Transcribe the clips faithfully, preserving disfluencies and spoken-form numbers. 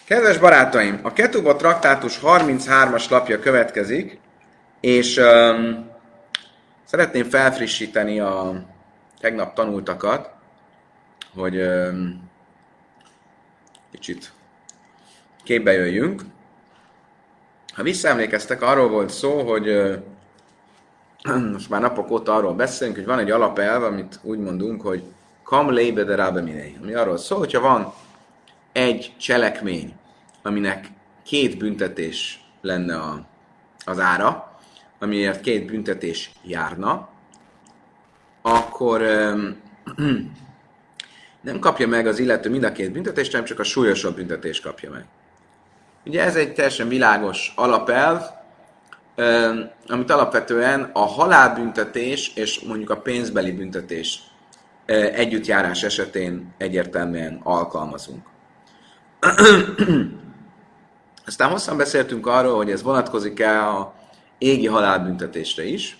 Kedves barátaim, a Ketubot traktátus harminchármas lapja következik, és um, szeretném felfrissíteni a tegnap tanultakat, hogy um, kicsit képbe jöjjünk. Ha visszaemlékeztek, arról volt szó, hogy uh, most már napok óta arról beszélünk, hogy van egy alapelv, amit úgy mondunk, hogy kam lébe de rábe minei, ami arról szól, hogyha van egy cselekmény, aminek két büntetés lenne a, az ára, amiért két büntetés járna, akkor um, nem kapja meg az illető mind a két büntetést, hanem csak a súlyosabb büntetést kapja meg. Ugye ez egy teljesen világos alapelv, um, amit alapvetően a halálbüntetés és mondjuk a pénzbeli büntetés uh, együttjárás esetén egyértelműen alkalmazunk. Aztán hosszan beszéltünk arról, hogy ez vonatkozik-e a égi halálbüntetésre is,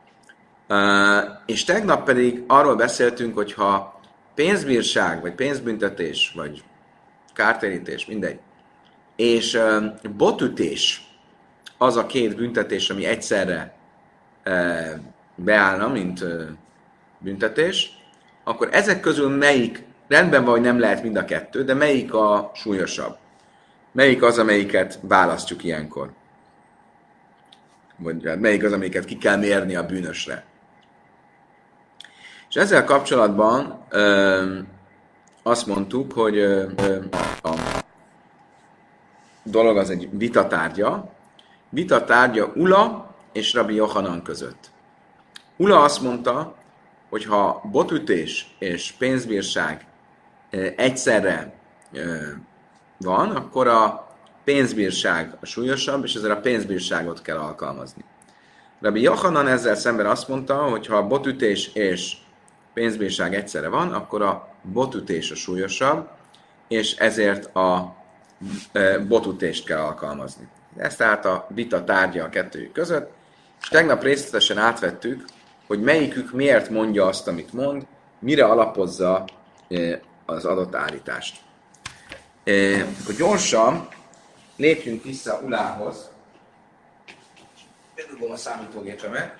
és tegnap pedig arról beszéltünk, hogy ha pénzbírság, vagy pénzbüntetés, vagy kártérítés, mindegy, és botütés az a két büntetés, ami egyszerre beállna, mint büntetés, akkor ezek közül melyik, rendben van, hogy nem lehet mind a kettő, de melyik a súlyosabb? Melyik az, amelyiket választjuk ilyenkor? Vagy melyik az, amelyiket ki kell mérni a bűnösre? És ezzel kapcsolatban ö, azt mondtuk, hogy ö, a dolog az egy vitatárgya. Vitatárgya Ula és Rabbi Johanan között. Ula azt mondta, hogy ha botütés és pénzbírság ö, egyszerre ö, van, akkor a pénzbírság a súlyosabb, és ezzel a pénzbírságot kell alkalmazni. Rabbi Johanan ezzel szemben azt mondta, hogy ha a botütés és pénzbírság egyszerre van, akkor a botütés a súlyosabb, és ezért a botütést kell alkalmazni. Ez tehát a vita tárgya a kettőjük között, és tegnap részletesen átvettük, hogy melyikük miért mondja azt, amit mond, mire alapozza az adott állítást. E, akkor gyorsan lépjünk vissza Ulához. Bedugom a számítógépemet.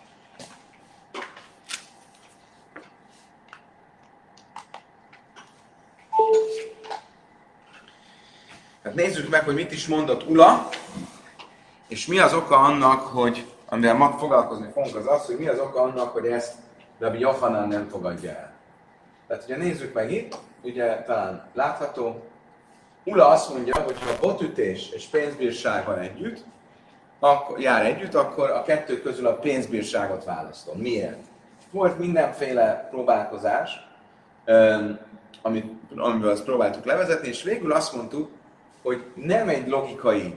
Hát nézzük meg, hogy mit is mondott Ula, és mi az oka annak, hogy, amivel ma foglalkozni fogunk, az az, hogy mi az oka annak, hogy ezt Rabbi Johanan nem fogadja el. Tehát ugye nézzük meg itt, ugye talán látható, Ula azt mondja, hogy ha botütés és pénzbírság van együtt, akkor, jár együtt, akkor a kettő közül a pénzbírságot választom. Miért? Volt mindenféle próbálkozás, amit, amivel azt próbáltuk levezetni, és végül azt mondtuk, hogy nem egy logikai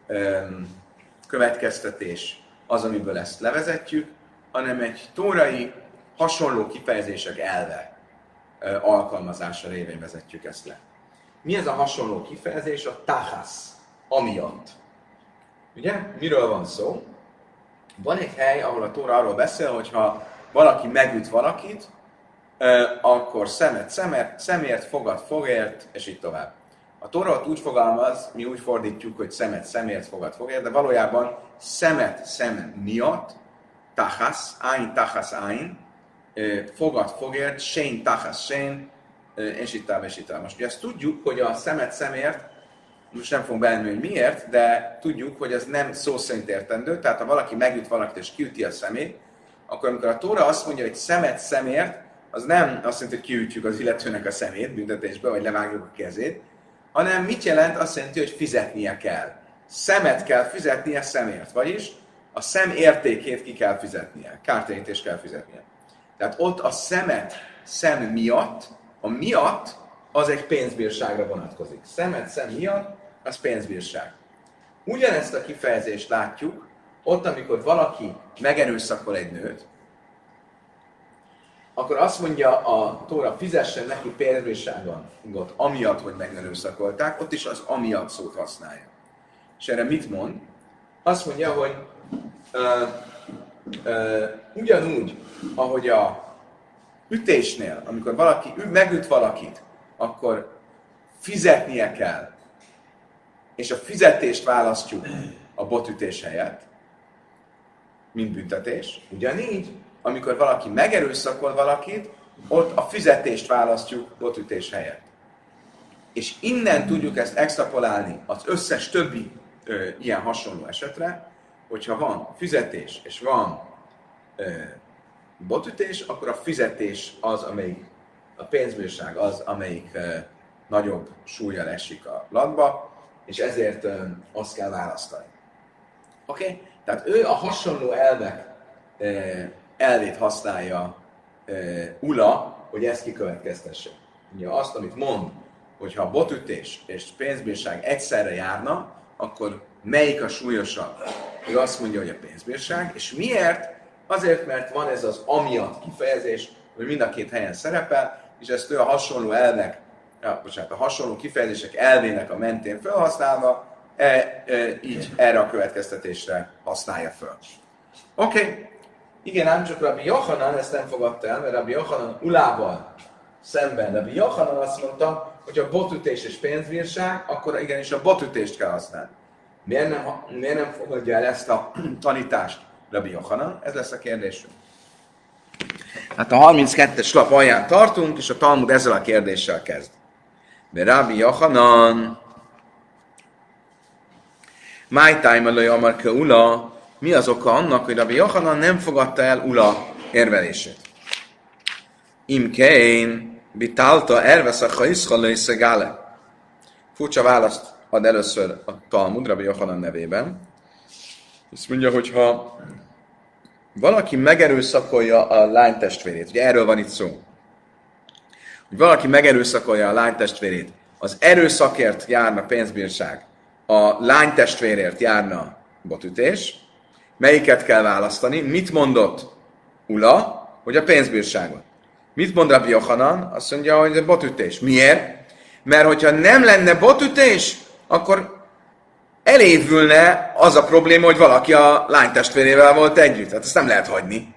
következtetés az, amiből ezt levezetjük, hanem egy tórai hasonló kifejezések elve alkalmazása révén vezetjük ezt le. Mi ez a hasonló kifejezés? A tahasz, amiatt. Ugye? Miről van szó? Van egy hely, ahol a Tóra arról beszél, hogy ha valaki megüt valakit, akkor szemet szemért, szemért, fogad fogért, és így tovább. A Tóra úgy fogalmaz, mi úgy fordítjuk, hogy szemet szemért, fogad fogért, de valójában szemet szem miatt, tahasz, áin tahasz áin, fogad fogért, sén tahasz sén, és itt áll, és itt áll. Most ugye ezt tudjuk, hogy a szemet szemért, most nem fogunk belenni, hogy miért, de tudjuk, hogy ez nem szó szerint értendő, tehát ha valaki megüt valakit és kiüti a szemét, akkor amikor a Tóra azt mondja, hogy szemet szemért, az nem azt jelenti, hogy kiütjük az illetőnek a szemét büntetésbe, vagy levágjuk a kezét, hanem mit jelent? Azt jelenti, hogy fizetnie kell. Szemet kell fizetnie szemért, vagyis a szem értékét ki kell fizetnie, kártérítést kell fizetnie. Tehát ott a szemet szem miatt, a miatt az egy pénzbírságra vonatkozik. Szemet szem miatt, az pénzbírság. Ugyanezt a kifejezést látjuk, ott, amikor valaki megerőszakol egy nőt, akkor azt mondja a Tóra, fizessen neki pénzbírságot, amiatt, hogy megerőszakolták, ott is az amiatt szót használja. És erre mit mond? Azt mondja, hogy uh, uh, ugyanúgy, ahogy a ütésnél, amikor valaki megüt valakit, akkor fizetnie kell és a fizetést választjuk a botütés helyett, mint büntetés. Ugyanígy, amikor valaki megerőszakol valakit, ott a fizetést választjuk botütés helyett. És innen tudjuk ezt extrapolálni az összes többi ö, ilyen hasonló esetre, hogyha van fizetés és van ö, botütés, akkor a fizetés az, amelyik, a pénzbírság az, amelyik ö, nagyobb súllyal esik a latba, és ezért ö, azt kell választani. Oké? Okay? Tehát ő a hasonló elvek ö, elvét használja ö, Ula, hogy ezt kikövetkeztesse. Ugye azt, amit mond, hogyha a botütés és pénzbírság egyszerre járna, akkor melyik a súlyosabb? Ő azt mondja, hogy a pénzbírság. És miért? Azért, mert van ez az amiatt kifejezés, hogy mind a két helyen szerepel, és ezt ő a hasonló elvek, ja, bocsánat, a hasonló kifejezések elvének a mentén felhasználva, e, e, így erre a következtetésre használja föl. Oké. Okay. Igen, ám csak Rabbi Yochanan ezt nem fogadta el, mert Rabbi Yochanan Ulával szemben. Rabbi Yochanan azt mondta, hogy a botütés és pénzbírság, akkor igenis a botütést kell használni. Miért nem, miért nem fogadja el ezt a tanítást Rabbi Yochanan? Ez lesz a kérdésünk. Hát a harminckettes lap alján tartunk, és a Talmud ezzel a kérdéssel kezd. De Rabbi Yochanan My time alai amarka Ula, mi az oka annak, hogy Rabbi Yochanan nem fogadta el Ula érvelését? Imkein bitálta erveszakha iszhalai szegále. Furcsa választ ad először a Talmud Rabbi Yochanan nevében. Azt mondja, hogy ha valaki megerőszakolja a lánytestvérét, ugye erről van itt szó, hogy valaki megerőszakolja a lánytestvérét, az erőszakért járna pénzbírság, a lánytestvérért járna botütés, melyiket kell választani? Mit mondott Ula? Hogy a pénzbírságot. Mit mond Rabbi Yochanan? Azt mondja, hogy a botütés. Miért? Mert hogyha nem lenne botütés, akkor elévülne az a probléma, hogy valaki a lánytestvérével volt együtt. Hát ezt nem lehet hagyni.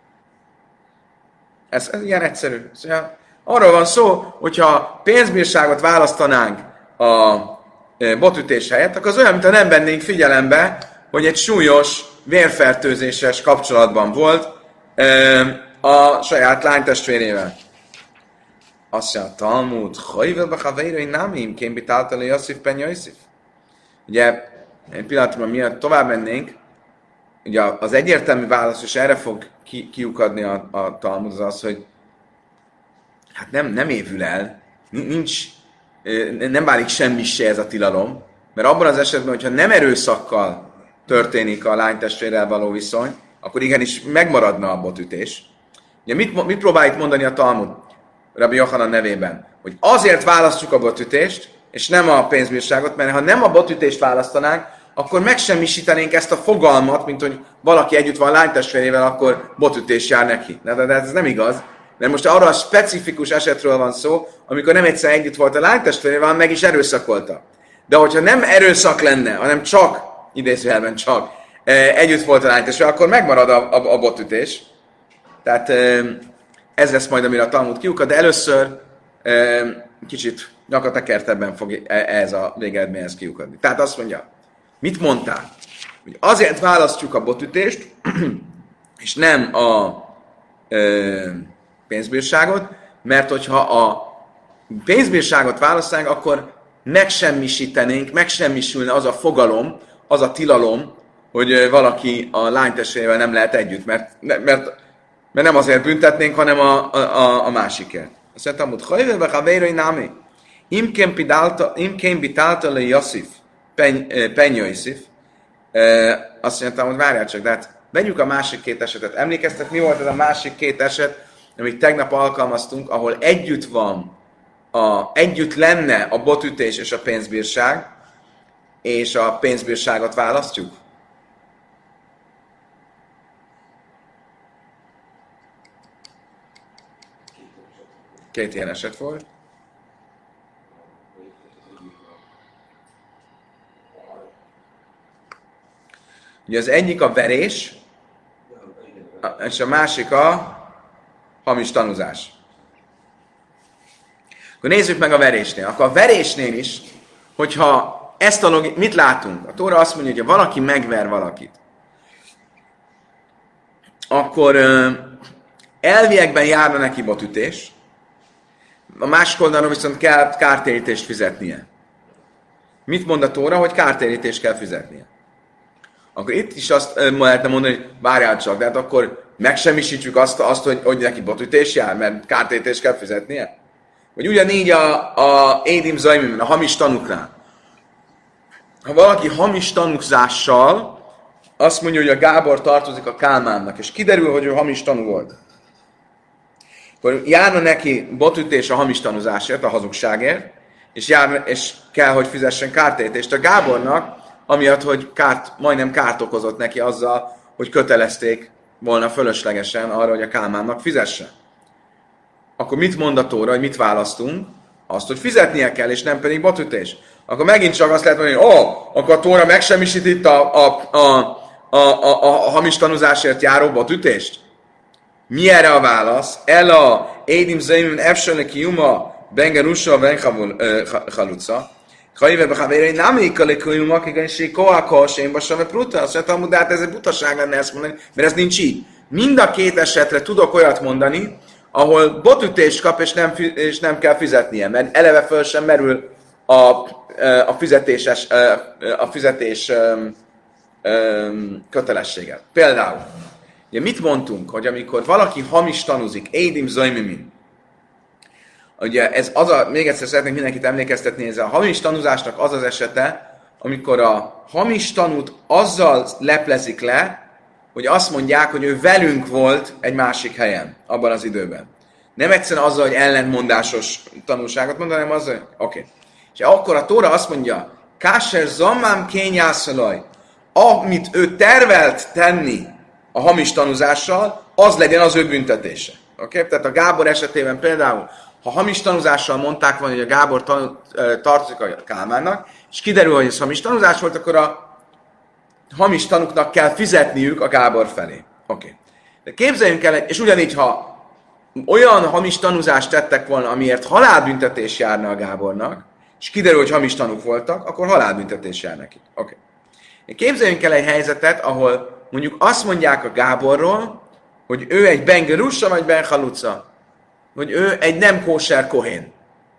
Ez, ez ilyen egyszerű. Szóval arról van szó, hogyha pénzbírságot választanánk a botütés helyett, akkor az olyan, mintha nem vennénk figyelembe, hogy egy súlyos, vérfertőzéses kapcsolatban volt a saját lánytestvérével. Azt mondja, Talmud, Chajvel Bechaveirei Namim, Kén Bitáltali Yosif Ben Yosif. Ugye, egy pillanatban miatt tovább mennénk, ugye az egyértelmű válasz, és erre fog ki, kiukadni a, a Talmud, az az, hogy hát nem, nem évül el, nincs, nem válik semmissé ez a tilalom, mert abban az esetben, hogyha nem erőszakkal történik a lánytestvérrel való viszony, akkor igenis megmaradna a botütés. Ugye mit, mit próbál itt mondani a Talmud Rabbi Yochanan nevében? Hogy azért választjuk a botütést, és nem a pénzbírságot, mert ha nem a botütést választanánk, akkor megsemmisítenénk ezt a fogalmat, mint hogy valaki együtt van a lánytestvérével, akkor botütés jár neki. De, de, de ez nem igaz. Mert most arra a specifikus esetről van szó, amikor nem egyszer együtt volt a lánytestvérével, hanem meg is erőszakolta. De hogyha nem erőszak lenne, hanem csak, idézőjelben csak, együtt volt a lánytestvérével, akkor megmarad a, a, a botütés. Tehát ez lesz majd, amire a Talmud kiukad, de először kicsit nyakatekertebben fog ez a végeredményhez kiukadni. Tehát azt mondja, mit mondtál? Hogy azért választjuk a botütést, és nem a ö, pénzbírságot, mert hogyha a pénzbírságot választánk, akkor megsemmisítenénk, megsemmisülne az a fogalom, az a tilalom, hogy valaki a lánytestvérével nem lehet együtt, mert, mert, mert nem azért büntetnénk, hanem a, a, a másikért. Azt mondtam, hogy Chajvel Bechaveirei Nami, Imkén Bitálta le Yosif, Ben Yosif, azt mondtam, hogy várjál csak, de hát vegyük a másik két esetet. Emlékeztek, mi volt ez a másik két eset, amit tegnap alkalmaztunk, ahol együtt van, a, együtt lenne a botütés és a pénzbírság, és a pénzbírságot választjuk? Két ilyen eset volt. Ugye az egyik a verés, és a másik a hamis tanúzás. Akkor nézzük meg a verésnél. Akkor a verésnél is, hogyha ezt a logi- mit látunk? A Tóra azt mondja, hogy ha valaki megver valakit, akkor uh, elviekben járna neki botütés, a másik oldalon viszont kell kártérítést fizetnie. Mit mond a Tóra, hogy kártérítést kell fizetnie? Akkor itt is azt uh, lehetne mondani, hogy várjál csak, de hát akkor megsemmisítjük azt, azt hogy, hogy neki botütés jár, mert kártérítést kell fizetnie? Vagy ugyanígy a, a Édim Zajmimben, a hamis tanuknál. Ha valaki hamis tanúzással azt mondja, hogy a Gábor tartozik a Kálmánnak, és kiderül, hogy ő hamis tanú volt, akkor járna neki botütés a hamis tanúzásért, a hazugságért, és, jár, és kell, hogy fizessen kártérítést a Gábornak, amiatt, hogy kárt, majdnem kárt okozott neki azzal, hogy kötelezték volna fölöslegesen arra, hogy a Kálmánnak fizesse. Akkor mit mond a Tóra, hogy mit választunk? Azt, hogy fizetnie kell, és nem pedig botütés. Akkor megint csak azt lehet mondani, hogy ó, oh, akkor a Tóra megsemmisít itt a, a, a, a, a, a hamis tanúzásért járó botütést? Mi erre a válasz? El a Édim Zaimin Efsölneki Juma Bengerusa Benchaluca. Hajve Bechavére, hogy nem ékelik a Juma, akik is koáka, sénba, save pruta. Azt mondtam, de hát ez egy butaság lenne ezt mondani, mert ez nincs így. Mind a két esetre tudok olyat mondani, ahol botütést kap, és nem, és nem kell fizetnie, mert eleve föl sem merül a, a, fizetéses, a fizetés kötelessége. Például, ugye mit mondtunk, hogy amikor valaki hamis tanúzik, Édim Zajmimin, ugye ez az a, még egyszer szeretnék mindenkit emlékeztetni, ez a hamis tanúzásnak az az esete, amikor a hamis tanút azzal leplezik le, hogy azt mondják, hogy ő velünk volt egy másik helyen, abban az időben. Nem egyszerűen azzal, hogy ellentmondásos tanulságot mond, hanem azzal, hogy oké. Okay. És akkor a Tóra azt mondja, Kásser zammám kényászolaj, amit ő tervelt tenni a hamis tanúzással, az legyen az ő büntetése. Oké? Okay? Tehát a Gábor esetében például, ha hamis tanúzással mondták volna, hogy a Gábor tanú, tartozik a Kálmánnak, és kiderül, hogy ez hamis tanúzás volt, akkor a hamis tanúknak kell fizetniük a Gábor felé. Oké. Okay. De képzeljünk el, és ugyanígy, ha olyan hamis tanúzást tettek volna, amiért halálbüntetés járna a Gábornak, és kiderül, hogy hamis tanúk voltak, akkor halálbüntetés jár neki. Oké. Okay. Képzeljünk el egy helyzetet, ahol mondjuk azt mondják a Gáborról, hogy ő egy bengerussa vagy benhaluca, hogy ő egy nem kóser kohén.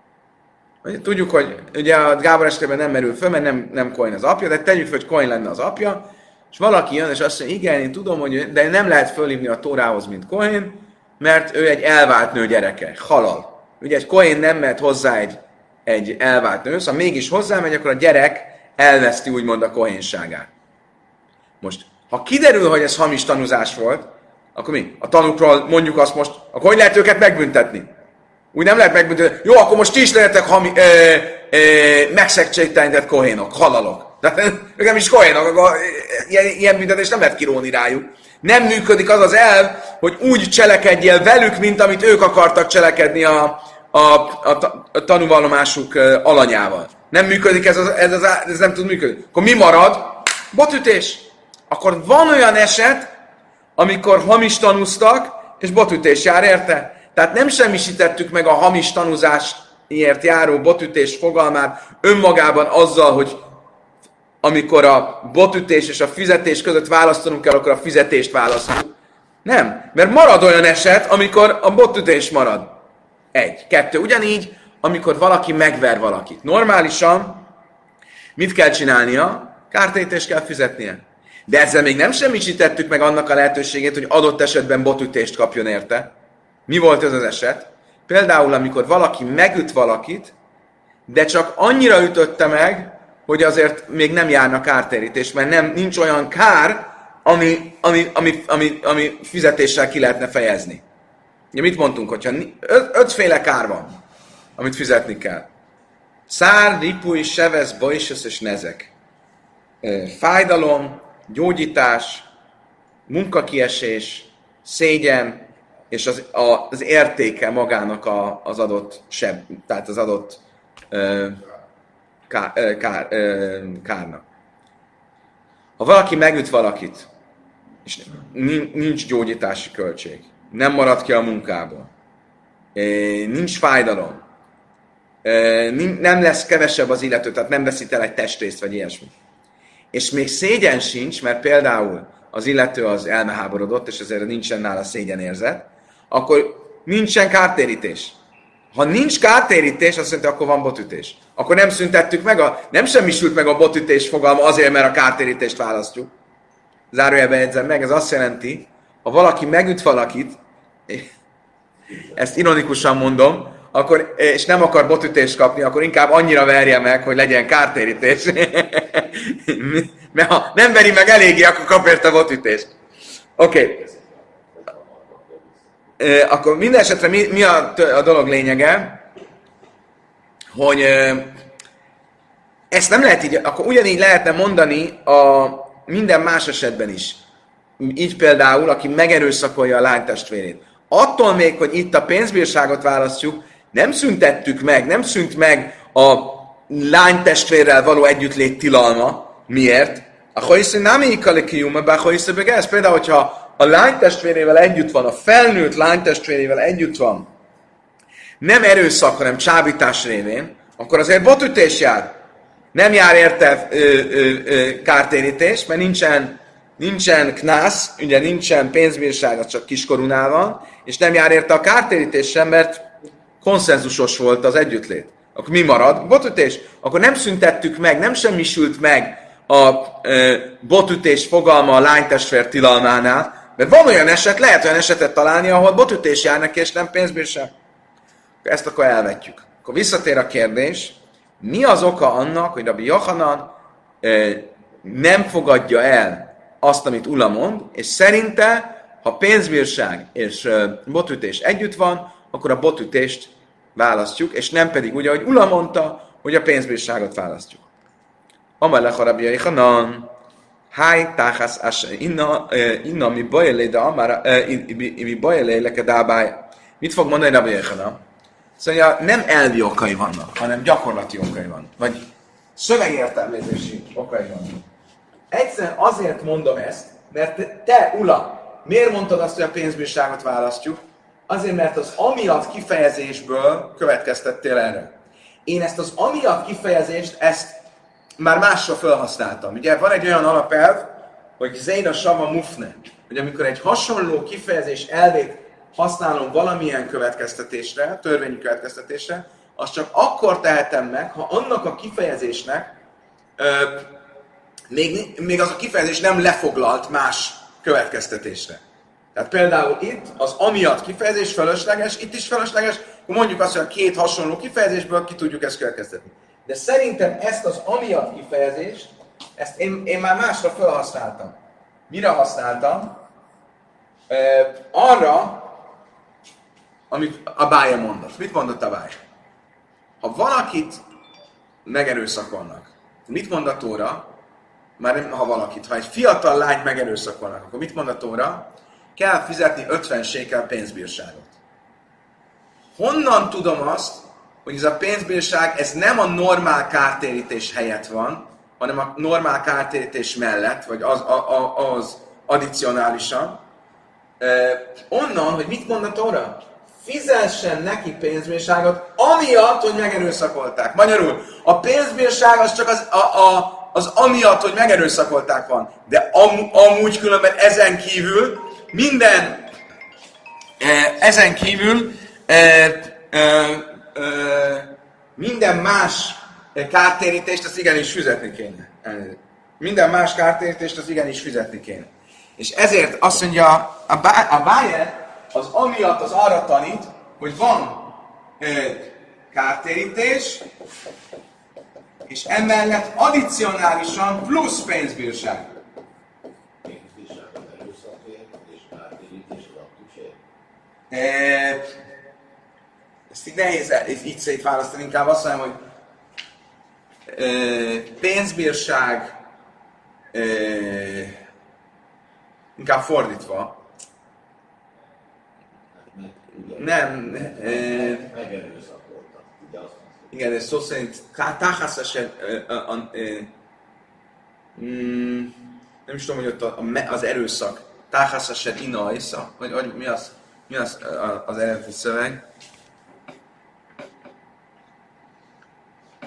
Tudjuk, hogy ugye a Gábor esetében nem merül föl, mert nem, nem kohén az apja, de tegyük fel, hogy kohén lenne az apja, és valaki jön, és azt mondja, igen, én tudom, hogy de nem lehet fölhívni a Tórához, mint kohén, mert ő egy elvált nő gyereke, halal. Ugye egy kohén nem mehet hozzá egy, egy elvált nő, szóval mégis hozzámegy, akkor a gyerek elveszti úgymond a kohénságát. Most, ha kiderül, hogy ez hamis tanúzás volt, akkor mi? A tanúkról mondjuk azt most, akkor hogy lehet őket megbüntetni? Úgy nem lehet megbüntetni. Jó, akkor most ti is lehetek hami, ö, ö, megszegcsétlenített kohénok, halalok. De ők nem is kohénok, akkor ilyen, ilyen büntetést nem lehet kiróni rájuk. Nem működik az az elv, hogy úgy cselekedjél velük, mint amit ők akartak cselekedni a, a, a, a tanúvallomásuk alanyával. Nem működik ez, az, ez, az, ez nem tud működni. Akkor mi marad? Botütés. Akkor van olyan eset, amikor hamis tanúztak, és botütés jár érte. Tehát nem semmisítettük meg a hamis tanúzásért járó botütés fogalmát önmagában azzal, hogy amikor a botütés és a fizetés között választanunk kell, akkor a fizetést választunk. Nem, mert marad olyan eset, amikor a botütés marad. Egy. Kettő. Ugyanígy, amikor valaki megver valakit. Normálisan mit kell csinálnia? Kártérítést kell fizetnie. De ezzel még nem semmisítettük meg annak a lehetőségét, hogy adott esetben botütést kapjon érte. Mi volt ez az eset? Például, amikor valaki megüt valakit, de csak annyira ütötte meg, hogy azért még nem járna kártérítés, mert nem, nincs olyan kár, ami, ami, ami, ami, ami fizetéssel ki lehetne fejezni. Ugye mit mondtunk, hogyha öt, ötféle kár van, amit fizetni kell. Szár, ripúj, sevesz, bajsösz és nezek. Fájdalom, gyógyítás, munkakiesés, szégyen, és az, a, az értéke magának a, az adott seb, tehát az adott ö, kár, ö, kár, ö, kárnak. Ha valaki megüt valakit, és nincs gyógyítási költség, nem marad ki a munkából, nincs fájdalom, nem lesz kevesebb az illető, tehát nem veszít el egy testrészt, vagy ilyesmi. És még szégyen sincs, mert például az illető az elmeháborodott, és ezért nincsen nála szégyenérzet, akkor nincsen kártérítés. Ha nincs kártérítés, azt jelenti, akkor van botütés. Akkor nem szüntettük meg, a, nem semmisült meg a botütés fogalma azért, mert a kártérítést választjuk. Zárójelben jegyzem meg, ez azt jelenti, ha valaki megüt valakit, ezt ironikusan mondom, akkor, és nem akar botütést kapni, akkor inkább annyira verje meg, hogy legyen kártérítés. Mert ha nem veri meg eléggé, akkor kap érte botütést. Oké. Okay. Akkor minden esetre mi, mi a, a dolog lényege, hogy ezt nem lehet így, akkor ugyanígy lehetne mondani a minden más esetben is. Így például, aki megerőszakolja a lánytestvérét. Attól még, hogy itt a pénzbírságot választjuk, nem szüntettük meg, nem szűnt meg a lánytestvérrel való együttlét tilalma. Miért? A hajsző nem ékalikijuma, bár hajsző begesz. Például, hogyha a lánytestvérével együtt van, a felnőtt lánytestvérével együtt van, nem erőszak, hanem csábítás révén, akkor azért botütés jár. Nem jár érte ö, ö, ö, kártérítés, mert nincsen, nincsen knász, ugye nincsen pénzbírság, az csak kiskorúnál van, és nem jár érte a kártérítés sem, mert konszenzusos volt az együttlét. Akkor mi marad? Botütés. Akkor nem szüntettük meg, nem semmisült meg a ö, botütés fogalma a lánytestvér tilalmánál, mert van olyan eset, lehet olyan esetet találni, ahol botütés jár neki, és nem pénzbírság. Ezt akkor elvetjük. Akkor visszatér a kérdés, mi az oka annak, hogy Rabbi Yochanan ö, nem fogadja el azt, amit Ula mond, és szerinte, ha pénzbírság és ö, botütés együtt van, akkor a botütést választjuk, és nem pedig úgy, ahogy Ula mondta, hogy a pénzbírságot választjuk. Amalech a Rabbi Yochanan, háj táhász ás, inna, inna mi bajlé, de amár, mi bajlé leke dábály. Mit fog mondani Rabbi Yochanan? Szóval nem elvi okai vannak, hanem gyakorlati okai vannak. Vagy szövegértelmezési okai vannak. Egyszerűen azért mondom ezt, mert te, Ula, miért mondtad azt, hogy a pénzbírságot választjuk? Azért, mert az amiatt kifejezésből következtettél erre. Én ezt az amiatt kifejezést, ezt már másra felhasználtam. Ugye van egy olyan alapelv, hogy Zéna Sava Mufne, hogy amikor egy hasonló kifejezés elvét használom valamilyen következtetésre, törvényi következtetésre, azt csak akkor tehetem meg, ha annak a kifejezésnek ö, még, még az a kifejezés nem lefoglalt más következtetésre. Tehát például itt az amiatt kifejezés fölösleges, itt is fölösleges, akkor mondjuk azt, hogy a két hasonló kifejezésből ki tudjuk ezt következtetni. De szerintem ezt az amiatt kifejezést, ezt én, én már másra felhasználtam. Mire használtam? E, arra, amit a Bája mondott. Mit mondott a Bája? Ha valakit megerőszakolnak, mit mond a Tóra? Már nem, ha valakit, ha egy fiatal lányt megerőszakolnak, akkor mit mond a Tóra? Kell fizetni ötven sékel pénzbírságot. Honnan tudom azt, hogy ez a pénzbírság, ez nem a normál kártérítés helyett van, hanem a normál kártérítés mellett, vagy az, a, a, az addicionálisan. E, onnan, hogy mit mond a Tóra? Fizessen neki pénzbírságot, amiatt, hogy megerőszakolták. Magyarul, a pénzbírság az csak az, a, a, az amiatt, hogy megerőszakolták van. De am, amúgy különben ezen kívül minden, e, ezen kívül e, e, Ö, minden más kártérítést az igenis fizetni kéne. Minden más kártérítést az igenis fizetni kéne. És ezért azt mondja, a, bá, a Bájer az amiatt az arra tanít, hogy van ö, kártérítés, és emellett addicionálisan plusz pénzbírság. Pénzbírság Ezt így nehéz így szétválasztani, inkább azt mondom, hogy ö, pénzbírság, ö, inkább fordítva. Nem. Ö, igen, ez szó szerint táhász eset, nem is tudom, hogy ott a, az erőszak, táhász eset inajsza, vagy, vagy mi az, mi az az eredeti szöveg?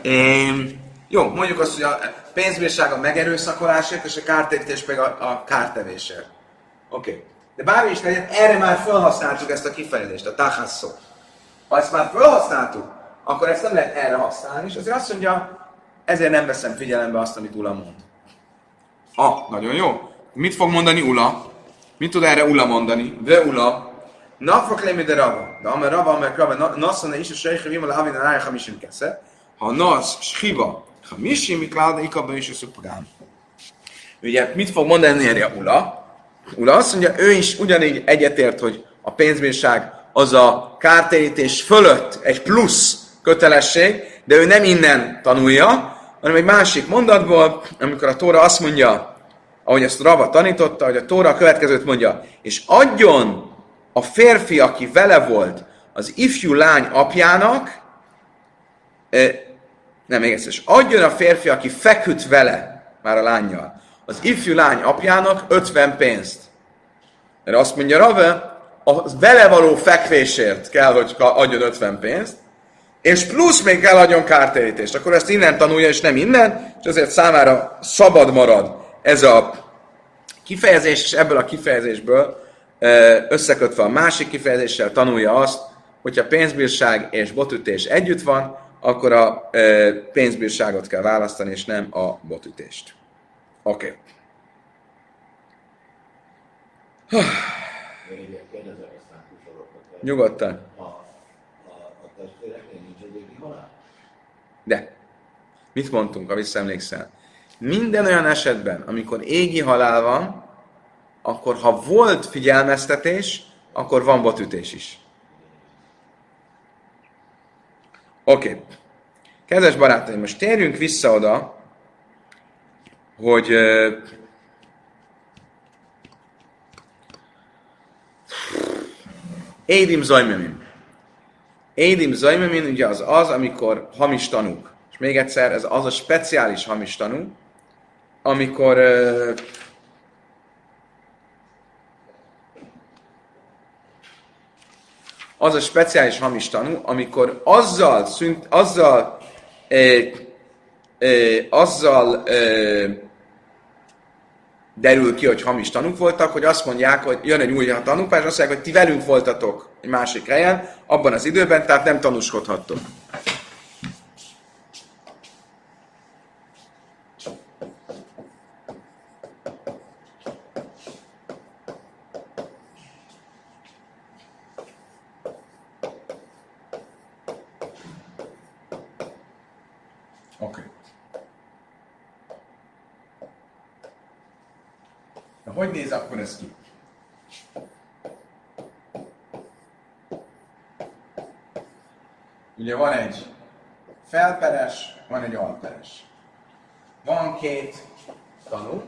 É, jó, mondjuk azt, hogy a pénzbírság a megerőszakolásért, és a kártérítés pedig a, a kártevésért. Oké. Okay. De bármi is legyen, erre már felhasználtuk ezt a kifejezést, a tachasszó. Ha ezt már felhasználtuk, akkor ezt nem lehet erre használni, és azért azt mondja, ezért nem veszem figyelembe azt, amit Ula mond. Ah, nagyon jó. Mit fog mondani Ula? Mit tud erre Ula mondani? De Ula, napfok lémi de rava. De amely rava, amely rava, nasszana is a sejhe vimala havina rája hamisim kesze. Ha nasz, shiva, hamisim, mikláda, ikabba is a szupagám. Ugye, mit fog mondani erre Ula? Ula azt mondja, ő is ugyanígy egyetért, hogy a pénzbírság az a kártérítés fölött egy plusz kötelesség, de ő nem innen tanulja, hanem egy másik mondatból, amikor a Tóra azt mondja, ahogy ezt Rava tanította, hogy a Tóra a következőt mondja, és adjon a férfi, aki vele volt, az ifjú lány apjának, eh, nem, még egyszer, és adjon a férfi, aki feküdt vele, már a lánnyal, az ifjú lány apjának ötven pénzt. Erre azt mondja Rava, a vele való fekvésért kell, hogy adjon ötven pénzt, és plusz még kell adjon kártérítést. Akkor ezt innen tanulja, és nem innen, és azért számára szabad marad ez a kifejezés, és ebből a kifejezésből összekötve a másik kifejezéssel tanulja azt, hogyha pénzbírság és botütés együtt van, akkor a pénzbírságot kell választani, és nem a botütést. Oké. Okay. Nyugodtan. De, mit mondtunk, ha visszaemlékszel? Minden olyan esetben, amikor égi halál van, akkor ha volt figyelmeztetés, akkor van botütés is. Oké. Okay. Kedves barátaim, most térjünk vissza oda, hogy uh, Édim Zajmemim. Édim Zajmemim ugye az az, amikor hamis tanúk. És még egyszer, ez az a speciális hamis tanú, amikor uh, az a speciális hamis tanú, amikor azzal szünt, azzal uh, uh, azzal uh, derül ki, hogy hamis tanúk voltak, hogy azt mondják, hogy jön egy új tanúpás, és azt mondják, hogy ti velünk voltatok egy másik helyen, abban az időben, tehát nem tanúskodhattok. Oké. Okay. Na, hogy néz akkor ez ki? Ugye van egy felperes, van egy alperes. Van két tanú.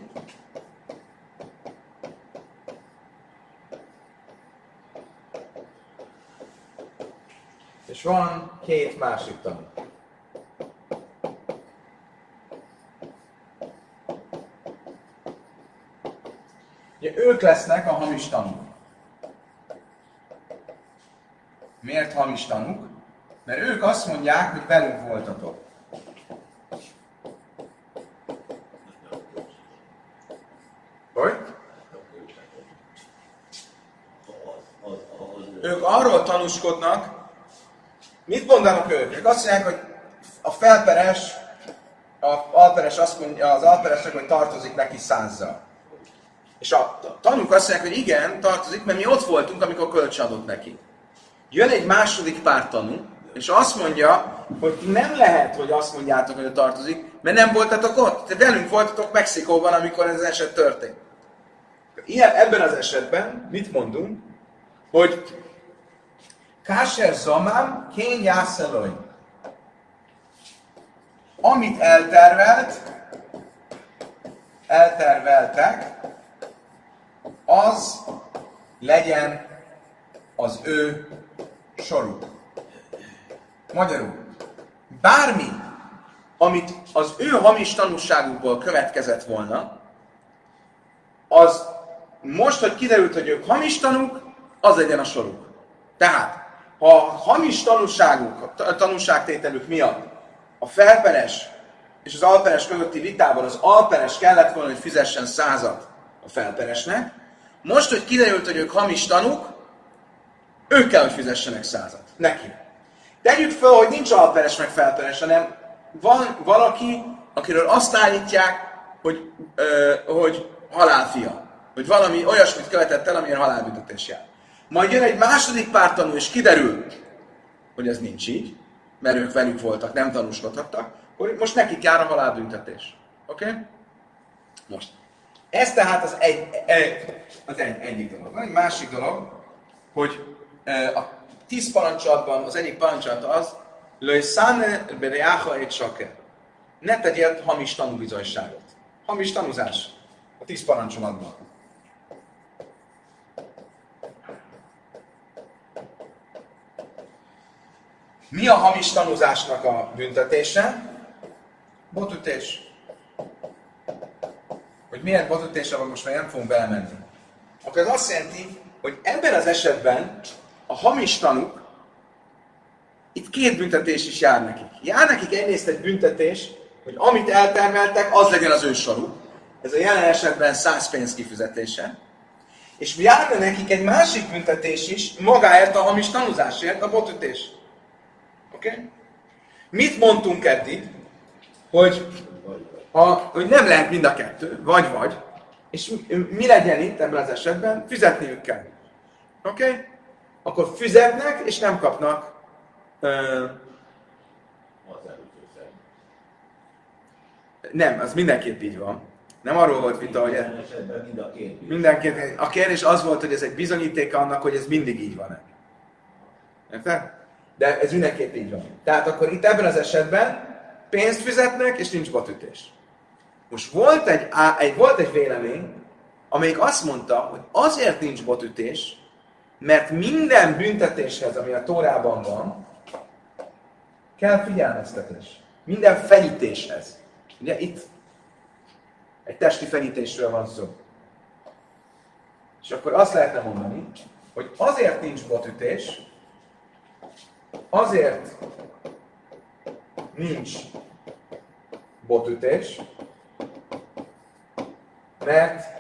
És van két másik tanú. Ugye ők lesznek a hamis tanúk. Miért hamis tanúk? Mert ők azt mondják, hogy velünk voltatok. Hogy? Ők arról tanúskodnak, mit mondanak ők? Ők azt mondják, hogy a felperes, az alperes azt mondja, az alperesnek, hogy tartozik neki százzal. És a tanúk azt mondják, hogy igen, tartozik, mert mi ott voltunk, amikor kölcsön adott neki. Jön egy második pár tanú, és azt mondja, hogy nem lehet, hogy azt mondjátok, hogy tartozik, mert nem voltatok ott. Te velünk voltatok Mexikóban, amikor ez az eset történt. Ilyen, ebben az esetben mit mondunk? Hogy Kásher Zamám kén jászeloj. Amit eltervelt, elterveltek, az legyen az ő soruk. Magyarul, bármi, amit az ő hamis tanúságukból következett volna, az most, hogy kiderült, hogy ők hamis tanúk, az legyen a soruk. Tehát, ha a hamis tanúságuk, tanúságtételük miatt a felperes és az alperes közötti vitában az alperes kellett volna, hogy fizessen százat a felperesnek. Most, hogy kiderült, hogy ők hamis tanúk, ők kell, hogy fizessenek százat. Neki. Tegyük fel, hogy nincs alperes meg felperes, hanem van valaki, akiről azt állítják, hogy, ö, hogy halálfia. Hogy valami olyasmit követett el, amilyen halálbüntetés jár. Majd jön egy második pár tanú, és kiderül, hogy ez nincs így, mert ők velük voltak, nem tanúskodhattak, hogy most nekik jár a halálbüntetés. Oké? Okay? Most. Ez tehát az, egy, egy, az egy, egyik dolog. Van egy másik dolog, hogy a tíz parancsolatban az egyik parancsolat az, Löj száne bereáha egy saker. Ne tegyél hamis tanúbizonyságot. Hamis tanúzás. A tíz parancsolatban. Mi a hamis tanúzásnak a büntetése? Botütés. Hogy milyen botütésre van, most már nem fogunk belemenni. Akkor ez azt jelenti, hogy ebben az esetben a hamis tanúk, itt két büntetés is jár nekik. Jár nekik egyrészt egy büntetés, hogy amit eltermeltek, az legyen az ő soruk. Ez a jelen esetben száz pénz kifizetése. És járna nekik egy másik büntetés is, magáért a hamis tanúzásért, a botütés. Oké? Okay? Mit mondtunk eddig? Hogy, a, hogy nem lehet mind a kettő, vagy-vagy. És mi legyen itt ebben az esetben? Fizetniük kell. Oké? Okay? Akkor fizetnek, és nem kapnak. Uh, nem, az mindenképp így van. Nem arról volt vita, hogy... Mindenképp. A kérdés az volt, hogy ez egy bizonyítéka annak, hogy ez mindig így van. Érted? De ez mindenképp így van. Tehát akkor itt ebben az esetben pénzt fizetnek, és nincs botütés. Most volt egy, egy, volt egy vélemény, amelyik azt mondta, hogy azért nincs botütés, mert minden büntetéshez, ami a Tórában van, kell figyelmeztetés. Minden fenyítéshez. Ugye itt egy testi fenyítésről van szó. És akkor azt lehetne mondani, hogy azért nincs botütés, azért nincs botütés, mert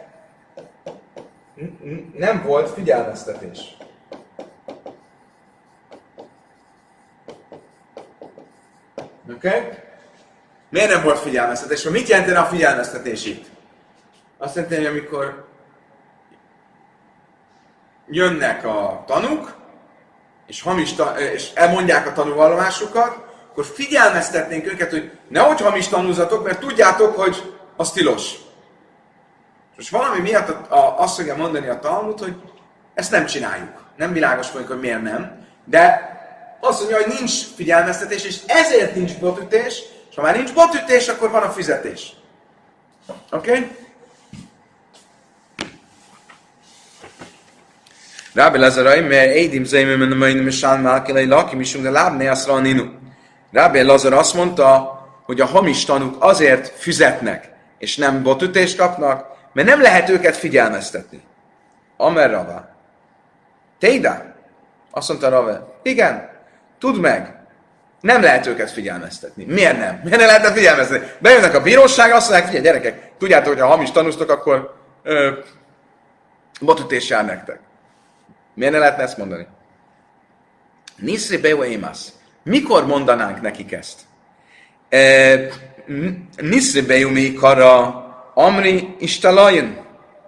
nem volt figyelmeztetés. Oké? Okay? Miért nem volt figyelmeztetés? Mit jelentene a figyelmeztetés itt? Azt jelenti, hogy amikor jönnek a tanúk, és, hamis ta- és elmondják a tanúvallomásukat, akkor figyelmeztetnénk őket, hogy nehogy hamis tanúzatok, mert tudjátok, hogy az tilos. Most valami miatt a, a, azt fogja mondani a Talmud, hogy ezt nem csináljuk. Nem világos vagyok, hogy miért nem. De azt mondja, hogy nincs figyelmeztetés, és ezért nincs botütés, és ha már nincs botütés, akkor van a fizetés. Oké? Okay? Rabbi Lazarai, mert Eidim Zaimim en a mai nem sán málkelei laki, misunk de lábné azt raninu. Rabbi Lazar azt mondta, hogy a hamis tanúk azért fizetnek, és nem botütést kapnak, mert nem lehet őket figyelmeztetni. Amer Rava. Teida? Azt mondta Rava. Igen, tudd meg, nem lehet őket figyelmeztetni. Miért nem? Miért nem lehetne figyelmeztetni? Bejönnek a bíróságra, azt mondják, figyelj gyerekek, tudjátok, hogy ha hamis tanúztok, akkor ö, botütés jár nektek. Miért ne lehetne ezt mondani? Niszri beo émasz. Mikor mondanánk nekik ezt? Niszri beo mi kara amri istalajen.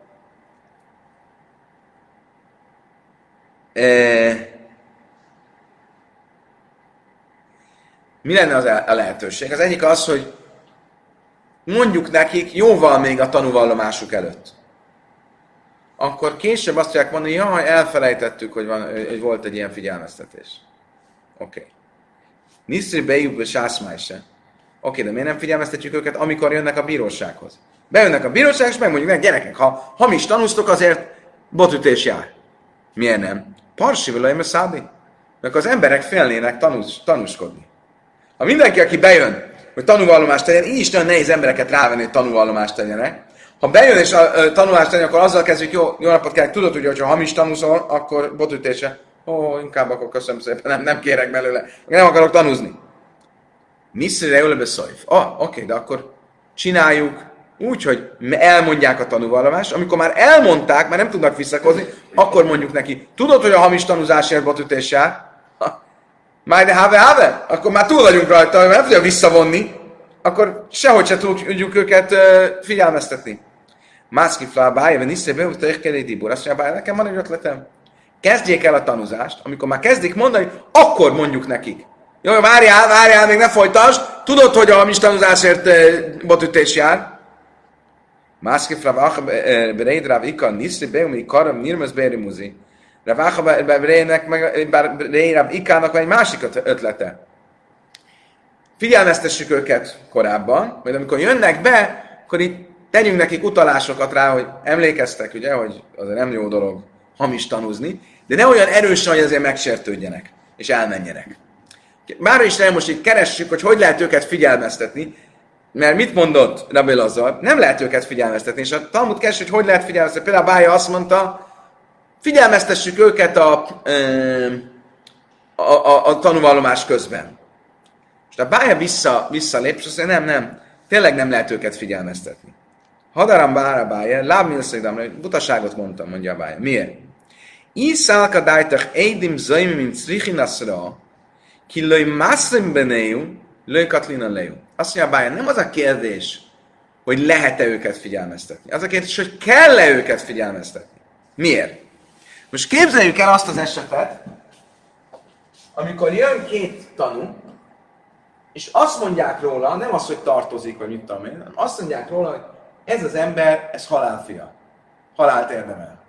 Mi lenne az a lehetőség? Az egyik az, hogy mondjuk nekik jóval még a tanúvallomásuk előtt. Akkor később azt tudják mondani, hogy jaj, elfelejtettük, hogy, van, hogy volt egy ilyen figyelmeztetés. Oké. Okay. Niszri bejub sászmájse. Oké, okay, de miért nem figyelmeztetjük őket, amikor jönnek a bírósághoz? Bejönnek a bírósághoz, és megmondjuk meg, gyerekek, ha hamis tanúztok, azért botütés jár. Miért nem? Parsi vele szádi. Mert az emberek félnének tanús, tanúskodni. Ha mindenki, aki bejön, hogy tanúvallomást tegyen, így is nagyon nehéz embereket rávenni, hogy tanúvallomást tegyenek. Ha bejön és a, a tanulást tenni, akkor azzal kezdjük, jó, jó napot kell, tudod, ugye, hogyha hamis tanúzol, akkor botütése. Ó, inkább akkor köszönöm szépen, nem, nem kérek belőle. Nem akarok tanúzni. Miszre jól szajf. Ah, oké, de akkor csináljuk úgy, hogy elmondják a tanúvallomást, amikor már elmondták, már nem tudnak visszakozni, akkor mondjuk neki, tudod, hogy a hamis tanúzásért botütés jár? Már de have, have? Akkor már túl vagyunk rajta, mert nem tudja visszavonni, akkor sehogy se tudjuk őket uh, figyelmeztetni. Mászki flábája, vagy niszté be, hogy egy dibor. Azt mondja, nekem van egy ötletem. Kezdjék el a tanúzást, amikor már kezdik mondani, akkor mondjuk nekik. Jó, várjál, várjál, még ne folytasd, tudod, hogy a hamis tanúzásért uh, botütés jár? Mászki flábája, bereid ráv ika, niszté be, hogy karam nirmez berimuzi. Raváha Berének, meg Berének Ikának van egy másik ötlete. Figyelmeztessük őket korábban, majd amikor jönnek be, akkor itt tegyünk nekik utalásokat rá, hogy emlékeztek, ugye, hogy azért nem jó dolog hamis tanúzni, de ne olyan erősen, hogy azért megsértődjenek, és elmenjenek. Mára is most itt keressük, hogy hogy lehet őket figyelmeztetni, mert mit mondott Rabbi Lazar? Nem lehet őket figyelmeztetni, és a Talmud keres, hogy hogy lehet figyelmeztetni. Például Bája azt mondta, figyelmeztessük őket a, a, a, a tanúvallomás közben. Most a Bája vissza, visszalép, és azt mondja, nem, nem, tényleg nem lehet őket figyelmeztetni. Hadaram bára Bája, lábmilszegdám, butaságot mondtam, mondja a Bája. Miért? Iszálka dájtach eidim zaimi, mint szrichinaszra, ki löj mászim benéjú, löj katlina lejú. Azt mondja a Bája, nem az a kérdés, hogy lehet-e őket figyelmeztetni. Az a kérdés, hogy kell-e őket figyelmeztetni. Miért? Most képzeljük el azt az esetet, amikor jön két tanú, és azt mondják róla, nem az, hogy tartozik, vagy mit tudom én, hanem azt mondják róla, hogy ez az ember, ez halálfia. Halált érdemel.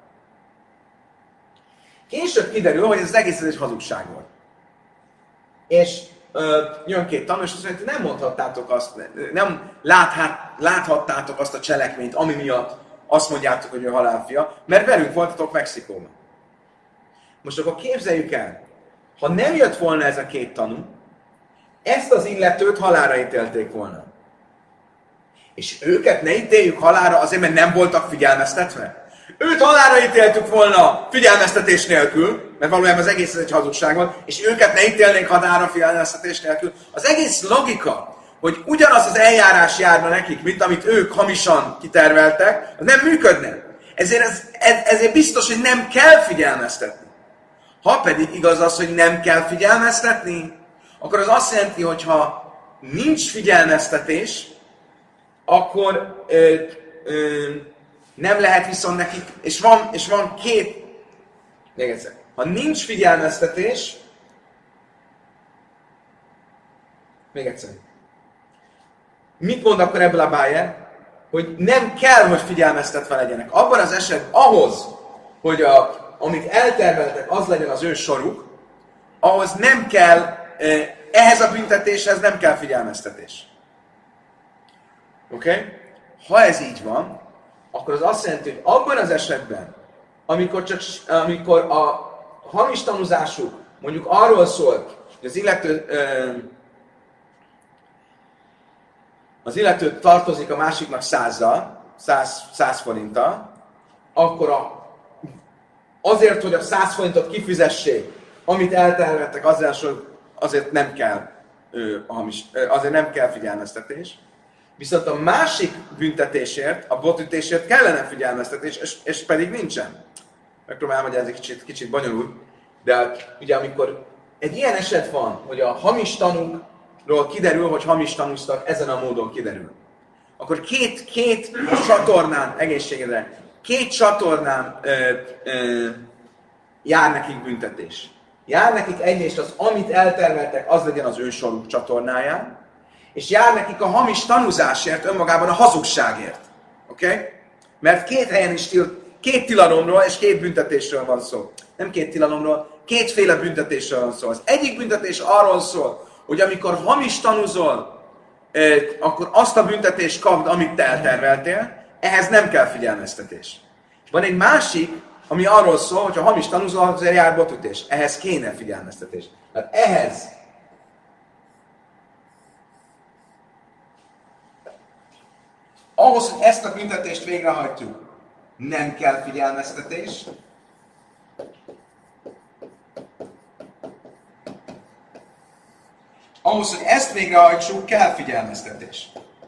Később kiderül, hogy ez az egész egy hazugság volt. És ö, jön két tanú, és azt mondja, hogy nem mondhattátok azt, nem láthat, láthattátok azt a cselekményt, ami miatt azt mondjátok, hogy ő halálfia, mert velünk voltatok Mexikóban. Most akkor képzeljük el, ha nem jött volna ez a két tanú, ezt az illetőt halálra ítélték volna. És őket ne ítéljük halálra azért, mert nem voltak figyelmeztetve. Őt halálra ítéltük volna figyelmeztetés nélkül, mert valójában az egész egy hazugság volt, és őket ne ítélnénk halálra figyelmeztetés nélkül. Az egész logika, hogy ugyanaz az eljárás járna nekik, mint amit ők hamisan kiterveltek, az nem működne. Ezért, ez, ezért biztos, hogy nem kell figyelmeztetni. Ha pedig igaz az, hogy nem kell figyelmeztetni, akkor az azt jelenti, hogy ha nincs figyelmeztetés, akkor ö, ö, nem lehet viszont nekik, és van, és van két, még egyszer, ha nincs figyelmeztetés, még egyszer, mit mond akkor ebből a Báje? Hogy nem kell, hogy figyelmeztetve legyenek. Abban az esetben ahhoz, hogy a, amit elterveltek, az legyen az ő soruk, ahhoz nem kell, ehhez a büntetéshez nem kell figyelmeztetés. Oké? Okay? Ha ez így van, akkor az azt jelenti, hogy abban az esetben, amikor, csak, amikor a hamis tanúzásuk mondjuk arról szólt, hogy az illető, az illető tartozik a másiknak százzal, száz, száz forinttal, akkor a, azért, hogy a száz forintot kifizessék, amit eltervettek, azért, azért nem kell a hamis, azért nem kell figyelmeztetés. Viszont a másik büntetésért, a botütésért kellene figyelmeztetés, és, és pedig nincsen. Megpróbálom, hogy ez egy kicsit, kicsit bonyolult, de ugye amikor egy ilyen eset van, hogy a hamis tanúkról kiderül, hogy hamis tanúztak, ezen a módon kiderül. Akkor két, két csatornán, egészségedre, két csatornán ö, ö, jár nekik büntetés. Jár nekik egyrészt az, amit elterveltek, az legyen az ő soruk csatornáján, és jár nekik a hamis tanúzásért, önmagában a hazugságért. Oké? Okay? Mert két helyen is til, két tilalomról és két büntetésről van szó. Nem két tilalomról, kétféle büntetésről van szó. Az egyik büntetés arról szól, hogy amikor hamis tanúzol, eh, akkor azt a büntetést kapd, amit te elterveltél, ehhez nem kell figyelmeztetés. Van egy másik, ami arról szól, hogy ha hamis tanúzol, azért jár botütés. Ehhez kéne figyelmeztetés. Hát ehhez ahhoz, hogy ezt a büntetést végrehajtjuk, nem kell figyelmeztetés. ahhoz, hogy ezt végrehajtsuk, kell figyelmeztetés.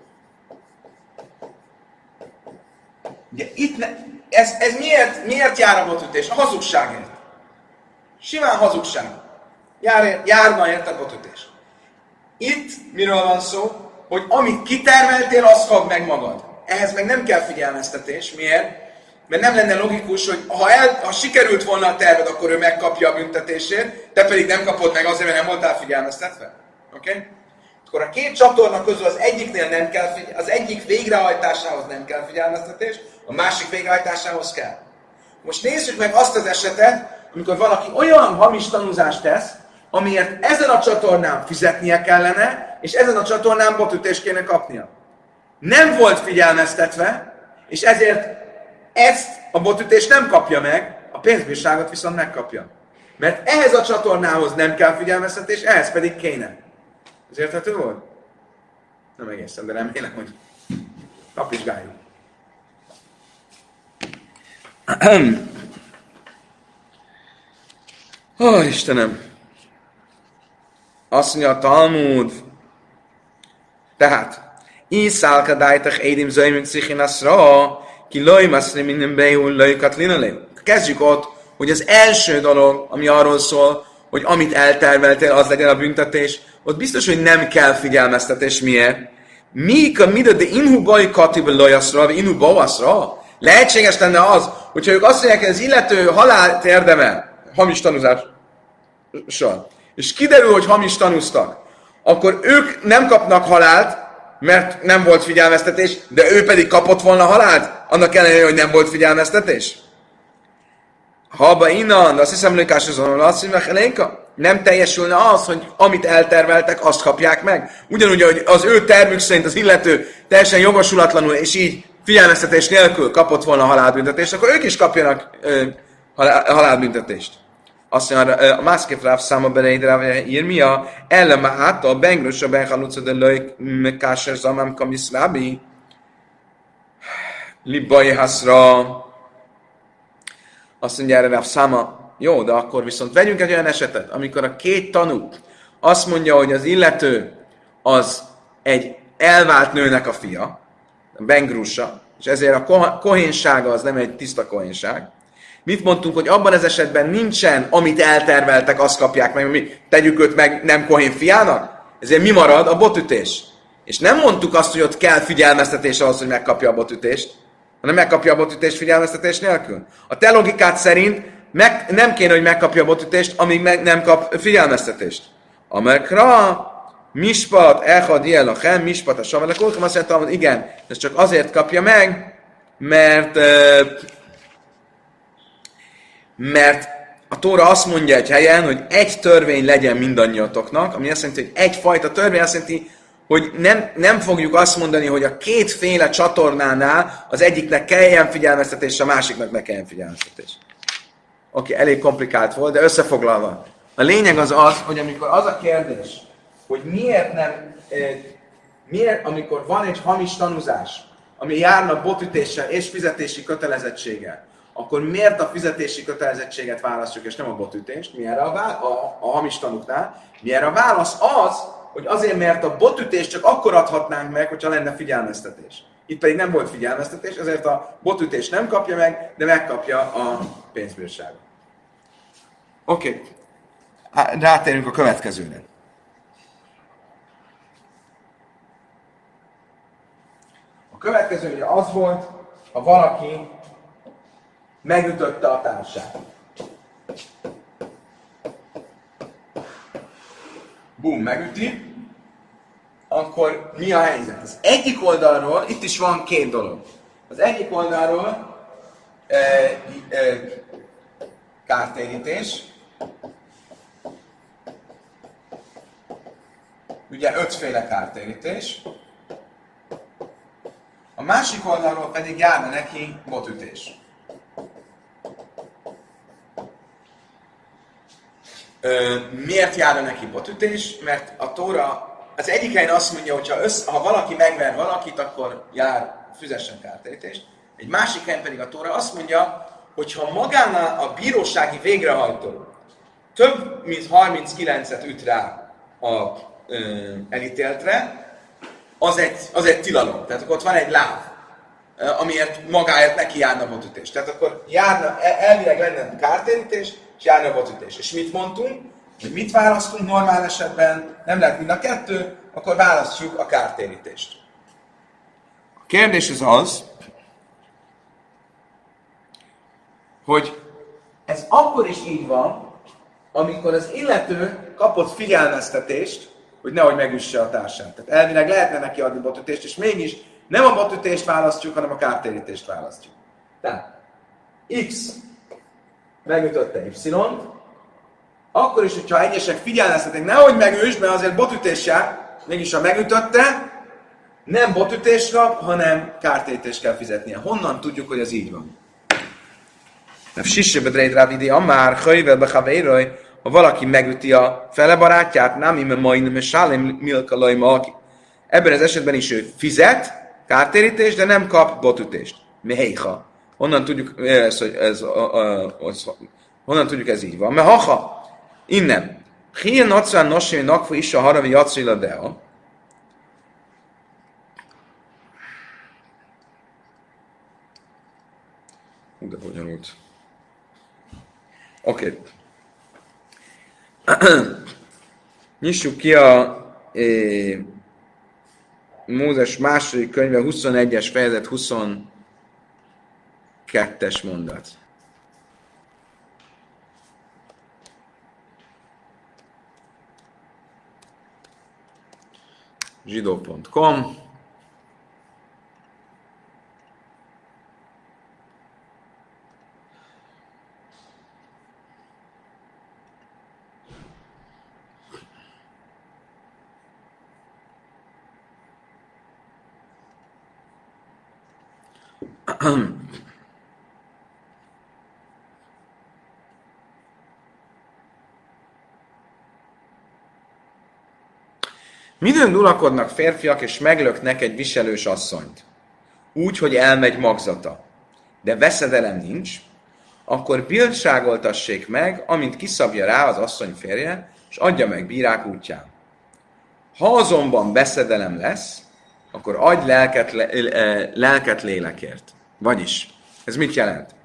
Ugye itt ne, ez, ez miért, miért jár a botütés? A hazugságért. Simán hazugság. Jár, járna ért a botütés. Itt miről van szó? Hogy amit kitermeltél, azt kapd meg magad. Ehhez meg nem kell figyelmeztetés. Miért? Mert nem lenne logikus, hogy ha, el, ha sikerült volna a terved, akkor ő megkapja a büntetését, te pedig nem kapod meg azért, mert nem voltál figyelmeztetve. Oké? Okay? Akkor a két csatorna közül az egyiknél nem kell figyel, az egyik végrehajtásához nem kell figyelmeztetés, a másik végrehajtásához kell. Most nézzük meg azt az esetet, amikor valaki olyan hamis tanúzást tesz, amiért ezen a csatornán fizetnie kellene, és ezen a csatornán botütést kéne kapnia. Nem volt figyelmeztetve, és ezért ezt a botütést nem kapja meg, a pénzbírságot viszont megkapja. Mert ehhez a csatornához nem kell figyelmeztetés, ehhez pedig kéne. Ez érthető volt? Nem egészen, de remélem, hogy kapizsgáljuk. Ó, oh, Istenem! Azt mondja a Talmud, tehát, Iszálka dájtach édim zöjmünk szichinaszra, ki lojmaszri minden beihul lojkat linolé. Kezdjük ott, hogy az első dolog, ami arról szól, hogy amit elterveltél, az legyen a büntetés, ott biztos, hogy nem kell figyelmeztetés. Miért? Mika mida de inhu baj katiba lojaszra, vagy inhu bavaszra? Lehetséges lenne az, hogyha ők azt mondják, hogy az illető halált érdemel, hamis tanúzással, és kiderül, hogy hamis tanúztak, akkor ők nem kapnak halált, mert nem volt figyelmeztetés, de ő pedig kapott volna halált, annak ellenére, hogy nem volt figyelmeztetés. Haba innen, de azt hiszem, hogy azt nem teljesülne az, hogy amit elterveltek, azt kapják meg. Ugyanúgy, hogy az ő termük szerint az illető teljesen jogosulatlanul, és így figyelmeztetés nélkül kapott volna halálbüntetést, akkor ők is kapjanak ö, halálbüntetést. Azt mondja, a mászképp ráv száma bereidre írmia, elleme által bengrösre benhaluca de lők mekáser zamám kamiszlábi libajhaszra. Azt mondja erre ráv száma, jó, de akkor viszont vegyünk egy olyan esetet, amikor a két tanú azt mondja, hogy az illető az egy elvált nőnek a fia, a bengrúsa, és ezért a kohénsága az nem egy tiszta kohénság. Mit mondtunk, hogy abban az esetben nincsen, amit elterveltek, azt kapják meg, mi tegyük őt meg nem kohén fiának? Ezért mi marad? A botütés. És nem mondtuk azt, hogy ott kell figyelmeztetés ahhoz, hogy megkapja a botütést, hanem megkapja a botütést figyelmeztetés nélkül. A te logikád szerint meg, nem kéne, hogy megkapja a botütést, amíg meg nem kap figyelmeztetést. Amekra mispat, elhad ilyen a hem, mispat a savelek, azt mondtam, hogy igen, ez csak azért kapja meg, mert mert a Tóra azt mondja egy helyen, hogy egy törvény legyen mindannyiatoknak, ami azt jelenti, hogy egyfajta törvény azt jelenti, hogy nem, nem fogjuk azt mondani, hogy a kétféle csatornánál az egyiknek kelljen figyelmeztetés, a másiknak ne kelljen figyelmeztetés. Oké, okay, elég komplikált volt, de összefoglalva. A lényeg az az, hogy amikor az a kérdés, hogy miért nem, eh, miért, amikor van egy hamis tanúzás, ami járna botütéssel és fizetési kötelezettséggel, akkor miért a fizetési kötelezettséget választjuk, és nem a botütést? Mi erre a, vá- a, a hamis tanúknál? Mi erre a válasz az, hogy azért, mert a botütést csak akkor adhatnánk meg, hogyha lenne figyelmeztetés. Itt pedig nem volt figyelmeztetés, ezért a botütést nem kapja meg, de megkapja a pénzbírságot. Oké, okay. Rátérünk a következőre. A következő ugye az volt, ha valaki megütötte a társát. Bum, megüti, akkor mi a helyzet? Az egyik oldalról, itt is van két dolog. Az egyik oldalról e, e, kártérítés, ugye ötféle kártérítés, a másik oldalról pedig járna neki botütés. Ö, miért járna neki botütés? Mert a Tóra az egyik helyen azt mondja, hogy ha, össze, ha valaki megver valakit, akkor jár, fizessen kártérítést. Egy másik helyen pedig a Tóra azt mondja, hogy ha magánál a bírósági végrehajtó több mint harminckilencet üt rá a ö, elítéltre, az egy, az egy tilalom. Tehát akkor ott van egy láb, amiért magáért neki járna botütés. Tehát akkor járna, elvileg lenne kártérítés, és járna botütés. És mit mondtunk? Hogy mit választunk normál esetben? Nem lehet mind a kettő, akkor választjuk a kártérítést. A kérdés az az, hogy ez akkor is így van, amikor az illető kapott figyelmeztetést, hogy nehogy megüsse a társát. Tehát elvileg lehetne neki adni botütést, és mégis nem a botütést választjuk, hanem a kártérítést választjuk. Tehát X megütötte Y-t, akkor is, hogyha egyesek figyelmeztetik, nehogy megüss, mert azért botütés jár, mégis ha megütötte, nem botütés kap, hanem kártérítést kell fizetnie. Honnan tudjuk, hogy ez így van? Ha valaki megüti a fele barátját, nem ime majdnem, és sálem milkalaj ma. Ebben az esetben is ő fizet kártérítést, de nem kap botütést. Méhéha. Honnan tudjuk, ez, ez, ez, honnan tudjuk ez így van? Mert haha, innen. Hien nacán nosim nakfa is a haravi jacila dea. Hú, de bonyolult. Oké. Okay. Nyissuk ki a eh, Mózes második könyve huszonegyes fejezet huszonkettes mondat. zsidó pont com Midőn uralkodnak férfiak, és meglöknek egy viselős asszonyt, úgy, hogy elmegy magzata, de veszedelem nincs, akkor bírságoltassék meg, amint kiszabja rá az asszony férje, és adja meg bírák útján. Ha azonban veszedelem lesz, akkor adj lelket, le, lelket lélekért. Vagyis, ez mit jelent?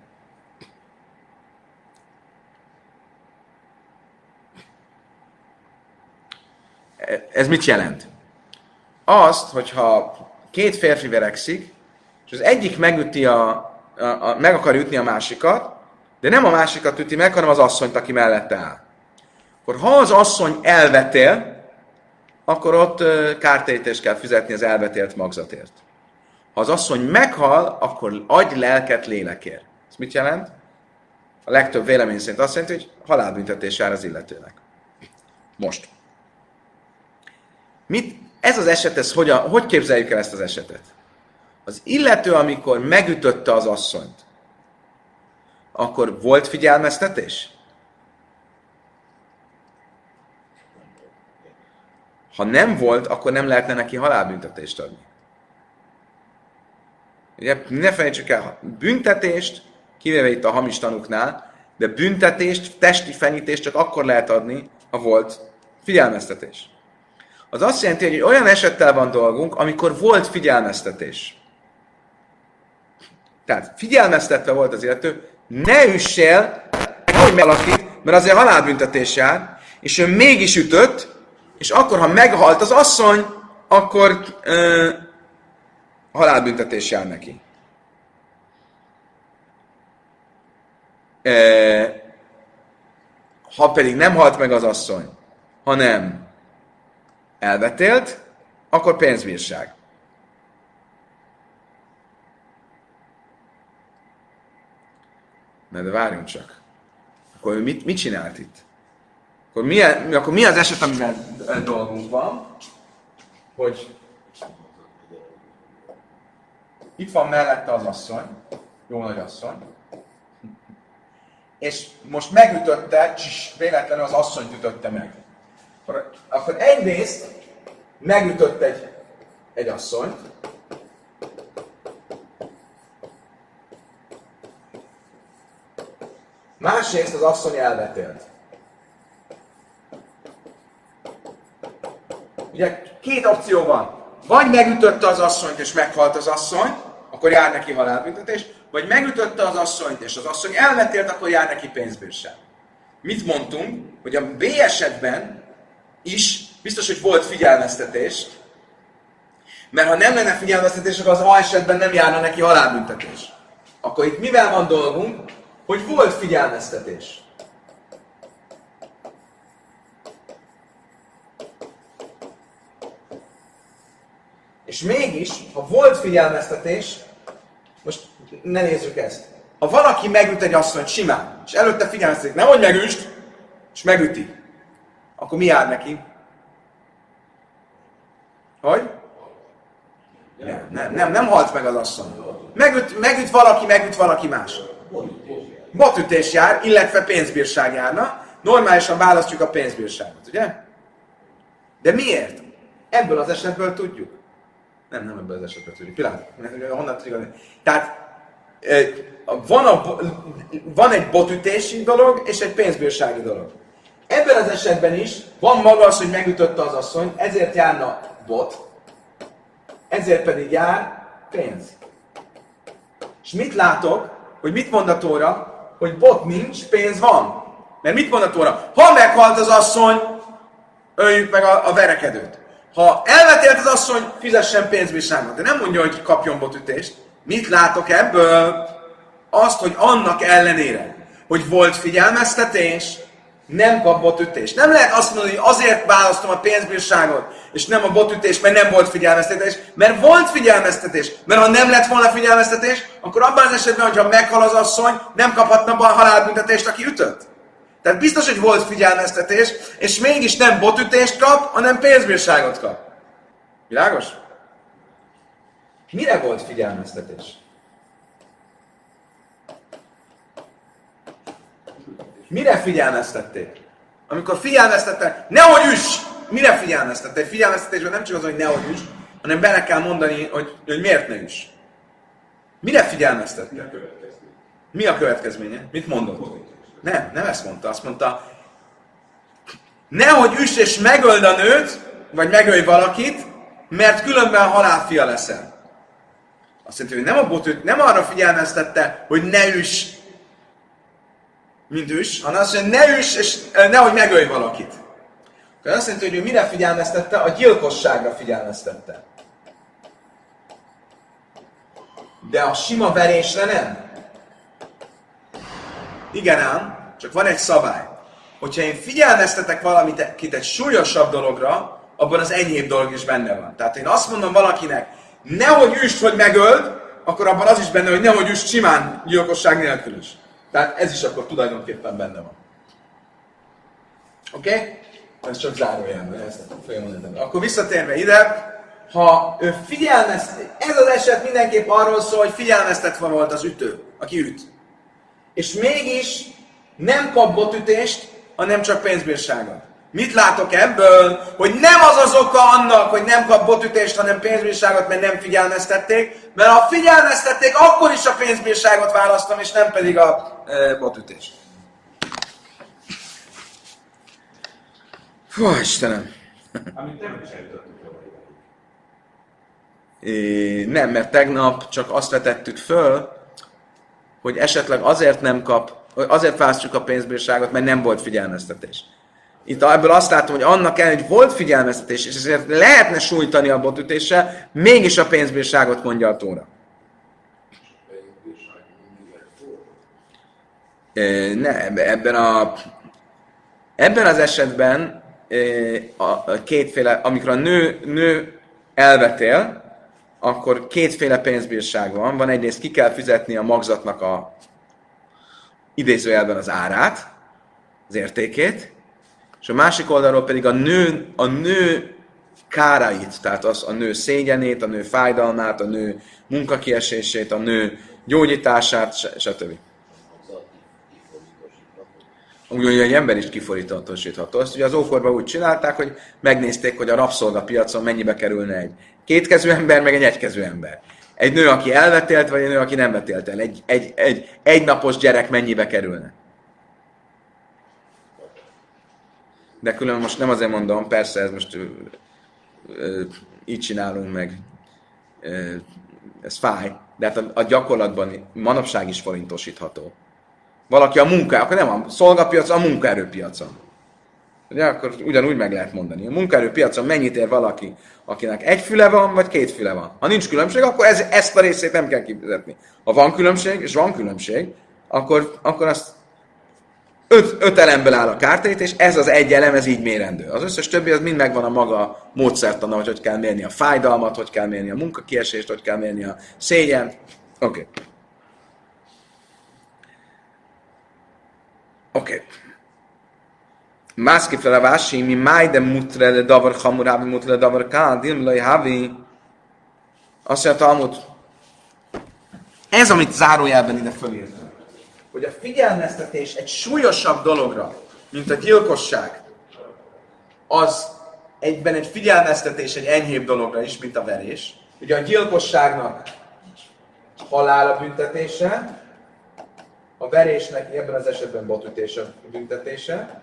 Ez mit jelent? Azt, hogyha két férfi verekszik, és az egyik megüti a, a, a, meg akar ütni a másikat, de nem a másikat üti meg, hanem az asszonyt, aki mellette áll. Akkor ha az asszony elvetél, akkor ott kártérítést kell fizetni az elvetélt magzatért. Ha az asszony meghal, akkor adj lelket lélekért. Ez mit jelent? A legtöbb vélemény szerint azt jelenti, hogy halálbüntetés jár az illetőnek. Most. Mit, ez az eset, ez hogy, hogy képzeljük el ezt az esetet? Az illető, amikor megütötte az asszonyt, akkor volt figyelmeztetés? Ha nem volt, akkor nem lehetne neki halálbüntetést adni. Ugye, ne felejtsük el, büntetést, kivéve itt a hamis tanúknál, de büntetést, testi fenyítést csak akkor lehet adni, ha volt figyelmeztetés. Az azt jelenti, hogy olyan esettel van dolgunk, amikor volt figyelmeztetés. Tehát figyelmeztetve volt az illető, ne üssél, hogy valakit, mert azért halálbüntetés jár, és ő mégis ütött, és akkor, ha meghalt az asszony, akkor ö, halálbüntetés jár neki. E, ha pedig nem halt meg az asszony, hanem elvetélt, akkor pénzbírság. Na de várjunk csak. Akkor mit, mit csinált itt? Akkor mi, akkor mi az eset, amivel dolgunk van? Hogy itt van mellette az asszony, jó nagy asszony, és most megütötte, és véletlenül az asszonyt ütötte meg. Akkor, akkor egyrészt megütött egy, egy asszonyt, másrészt az asszony elvetélt. Ugye két opció van. Vagy megütötte az asszonyt és meghalt az asszony, akkor jár neki halálbüntetés, vagy megütötte az asszonyt és az asszony elmetélt, akkor jár neki pénzbírság. Mit mondtunk? Hogy a B esetben is biztos, hogy volt figyelmeztetés, mert ha nem lenne figyelmeztetés, akkor az A esetben nem járna neki halálbüntetés. Akkor itt mivel van dolgunk? Hogy volt figyelmeztetés. És mégis, ha volt figyelmeztetés, most ne nézzük ezt. Ha valaki megüt egy asszonyt simán, és előtte figyelmeztetik, nehogy megüst, és megüti, akkor mi jár neki? Hogy? Nem, nem, nem, nem halt meg az asszony. Megüt, megüt valaki, megüt valaki más. Botütés jár, illetve pénzbírság járna. Normálisan választjuk a pénzbírságot, ugye? De miért? Ebből az esetből tudjuk. Nem, nem ebből az esetből tudjuk. Pillanat. Honnan tudjuk? Tehát van, a, van egy botütési dolog, és egy pénzbírsági dolog. Ebben az esetben is van maga az, hogy megütötte az asszony, ezért járna bot, ezért pedig jár pénz. És mit látok? Hogy mit mond a Tóra? Hogy bot nincs, pénz van. Mert mit mond a Tóra? Ha meghalt az asszony, öljük meg a, a verekedőt. Ha elvetélt az asszony, fizessen pénzbírságot. De nem mondja, hogy kapjon botütést. Mit látok ebből? Azt, hogy annak ellenére, hogy volt figyelmeztetés, nem kap botütést. Nem lehet azt mondani, hogy azért választom a pénzbírságot, és nem a botütést, mert nem volt figyelmeztetés, mert volt figyelmeztetés. Mert ha nem lett volna figyelmeztetés, akkor abban az esetben, hogyha meghal az asszony, nem kaphatna a halálbüntetést, aki ütött. Tehát biztos, hogy volt figyelmeztetés, és mégis nem botütést kap, hanem pénzbírságot kap. Világos? Mire volt figyelmeztetés? Mire figyelmeztették? Amikor figyelmeztettek, nehogy üss! Mire figyelmeztették? Figyelmeztetésben nem csak az, hogy nehogy üss, hanem bele kell mondani, hogy, hogy miért ne üss. Mire figyelmeztették? Mi a következménye? Mit mondott? Nem, nem ezt mondta. Azt mondta, nehogy üss és megöld a nőt, vagy megölj valakit, mert különben halálfia leszel. Azt mondja, hogy nem, a botüt, nem arra figyelmeztette, hogy ne üss, mint üss, hanem azt mondja, ne üss, és nehogy megölj valakit. Akkor azt mondja, hogy ő mire figyelmeztette? A gyilkosságra figyelmeztette. De a sima verésre nem. Igen ám, csak van egy szabály. Hogyha én figyelmeztetek valamit egy súlyosabb dologra, abban az enyhébb dolog is benne van. Tehát én azt mondom valakinek, nehogy üst, hogy megöld, akkor abban az is benne, hogy nehogy üst simán gyilkosság nélkül is. Tehát ez is akkor tulajdonképpen benne van. Oké? Okay? Ez csak zárójelben, ezt fogja mondani. Akkor visszatérve ide, ha ő figyelmeztet, ez az eset mindenképp arról szól, hogy figyelmeztetve volt az ütő, aki üt. És mégis nem kap botütést, hanem csak pénzbírságot. Mit látok ebből? Hogy nem az az oka annak, hogy nem kap botütést, hanem pénzbírságot, mert nem figyelmeztették, mert ha figyelmeztették, akkor is a pénzbírságot választom, és nem pedig a e, botütést. Fú, Istenem! Amit nem is eljutottuk é, Nem, mert tegnap csak azt vetettük föl, hogy esetleg azért nem kap, azért választjuk a pénzbírságot, mert nem volt figyelmeztetés. Itt ebből azt látom, hogy annak ellenére, hogy volt figyelmeztetés, és ezért lehetne sújtani a botütéssel, mégis a pénzbírságot mondja a Tóra. Ne, ebben, a, ebben az esetben a kétféle, amikor a nő, nő elvetél, akkor kétféle pénzbírság van. Van egyrészt ki kell fizetni a magzatnak a idézőjelben az árát, az értékét, és a másik oldalról pedig a nő, a nő kárait, tehát az a nő szégyenét, a nő fájdalmát, a nő munkakiesését, a nő gyógyítását, stb. Úgy, egy ember is kiforíthatósítható. Azt ugye az ókorban úgy csinálták, hogy megnézték, hogy a rabszolgapiacon mennyibe kerülne egy kétkezű ember, meg egy egykezű ember. Egy nő, aki elvetélt, vagy egy nő, aki nem vetélt el. Egy, egy, egy, egy napos gyerek mennyibe kerülne. De különben most nem azért mondom, persze ez most így csinálunk meg, ez fáj, de hát a, a gyakorlatban manapság is forintosítható. Valaki a munka, akkor nem a szolgapiac, a munkaerőpiacon. Ugye, akkor ugyanúgy meg lehet mondani. A munkaerőpiacon mennyit ér valaki, akinek egy füle van, vagy két füle van. Ha nincs különbség, akkor ez, ezt a részét nem kell kifizetni. Ha van különbség, és van különbség, akkor, akkor azt öt, öt elemből áll a kártérítés, és ez az egy elem, ez így mérendő. Az összes többi, az mind megvan a maga módszertana, hogy hogy kell mérni a fájdalmat, hogy kell mérni a munkakiesést, hogy kell mérni a szégyent. Oké. Okay. Oké. Okay. Mászkifle Ravási, mi májde mutre le davar hamurábi mutre le davar kán, dilmilai havi. Azt mondja Talmud, ez, amit zárójelben ide fölírtam, hogy a figyelmeztetés egy súlyosabb dologra, mint a gyilkosság, az egyben egy figyelmeztetés egy enyhébb dologra is, mint a verés. Ugye a gyilkosságnak halál a büntetése, a verésnek ebben az esetben botütés a büntetése.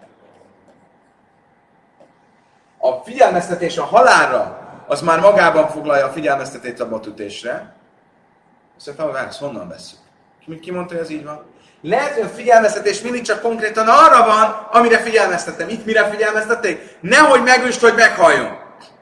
A figyelmeztetés a halálra, az már magában foglalja a figyelmeztetést a botütésre. Azt mondtam, hogy ezt honnan vesszük? Ki, ki mondta, hogy ez így van? Lehet, hogy a figyelmeztetés mindig csak konkrétan arra van, amire figyelmeztettem. Itt mire figyelmeztették? Nehogy megüst, hogy meghalljon.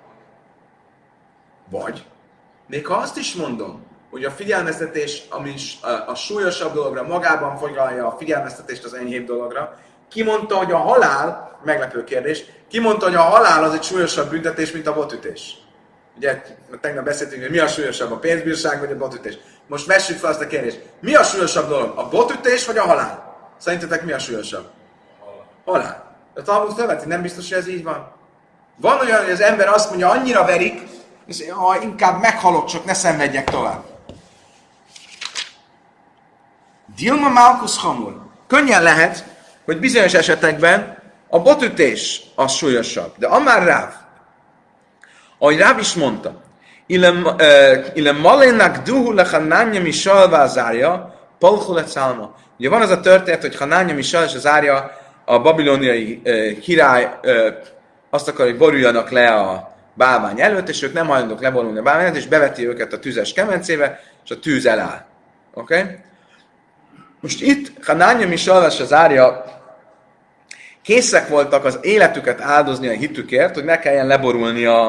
Vagy, még ha azt is mondom, hogy a figyelmeztetés, ami a, a súlyosabb dologra magában foglalja a figyelmeztetést az enyhébb dologra, ki mondta, hogy a halál, meglepő kérdés, ki mondta, hogy a halál az egy súlyosabb büntetés, mint a botütés? Ugye, tegnap beszéltünk, hogy mi a súlyosabb, a pénzbírság vagy a botütés. Most vessük fel azt a kérdést. Mi a súlyosabb dolog? A botütés vagy a halál? Szerintetek mi a súlyosabb? Halál. De a Talmud felveti, nem biztos, hogy ez így van. Van olyan, hogy az ember azt mondja, annyira verik, és ha inkább meghalok, csak ne szenvedjek tovább. Dilma Malkus Hamur. Könnyen lehet, hogy bizonyos esetekben a botütés az súlyosabb. De amár Ráv, ahogy Ráv is mondta, Ile malénak duhu le Hanánja Misal vázárja, polchu le Szálma. Ugye van az a történet, hogy Hanánja Misal és az árja, a babiloniai uh, király uh, azt akar, hogy boruljanak le a bálvány előtt, és ők nem hajlandók leborulni a bálvány előtt, és beveti őket a tüzes kemencébe, és a tűz eláll. Oké? Okay? Most itt Hanánja Misal és az árja készek voltak az életüket áldozni a hitükért, hogy ne kelljen leborulni a,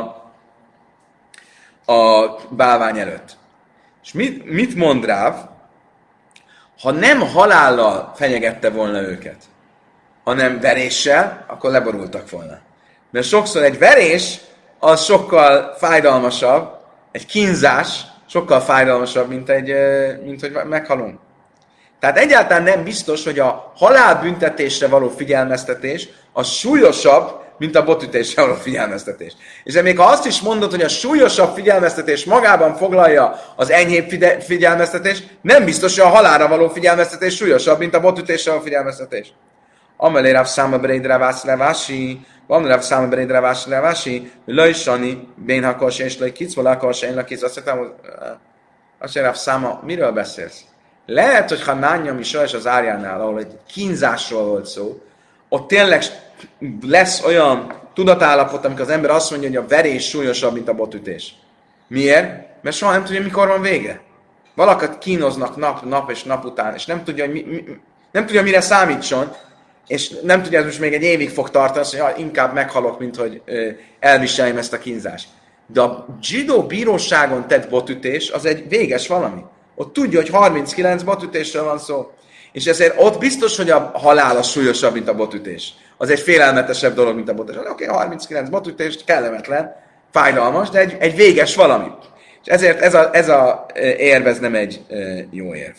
a bálvány előtt. És mit, mit mond Ráv? Ha nem halállal fenyegette volna őket, hanem veréssel, akkor leborultak volna. Mert sokszor egy verés az sokkal fájdalmasabb, egy kínzás sokkal fájdalmasabb, mint, egy, mint hogy meghalunk. Tehát egyáltalán nem biztos, hogy a halálbüntetésre való figyelmeztetés az súlyosabb, mint a botütésre való figyelmeztetés. És még ha azt is mondod, hogy a súlyosabb figyelmeztetés magában foglalja az enyhébb figyelmeztetést, nem biztos, hogy a halálra való figyelmeztetés súlyosabb, mint a botütésre való figyelmeztetés. Amelé Rav Száma Bereid Ravász Levási, van Rav Száma Bereid Ravász Levási, Lajsani, Bénhakos és Lajkic, Valakos, én Lakic, azt mondtam, azt mondja, Rav Száma, miről beszélsz? Lehet, hogy ha Nányam is az árjánál, ahol egy kínzásról volt szó, ott tényleg lesz olyan tudatállapot, amikor az ember azt mondja, hogy a verés súlyosabb, mint a botütés. Miért? Mert soha nem tudja, mikor van vége. Valakit kínoznak nap, nap és nap után, és nem tudja, hogy mi, mi, nem tudja mire számítson, és nem tudja, hogy most még egy évig fog tartani, azt mondja, hogy inkább meghalok, mint hogy elviseljem ezt a kínzást. De a zsidó bíróságon tett botütés az egy véges valami. Ott tudja, hogy harminckilenc botütésről van szó. És ezért ott biztos, hogy a halál az súlyosabb, mint a botütés. Az egy félelmetesebb dolog, mint a botütés. Oké, okay, harminckilenc botütés, kellemetlen, fájdalmas, de egy, egy véges valami. És ezért ez a, ez a érv, ez nem egy jó érv.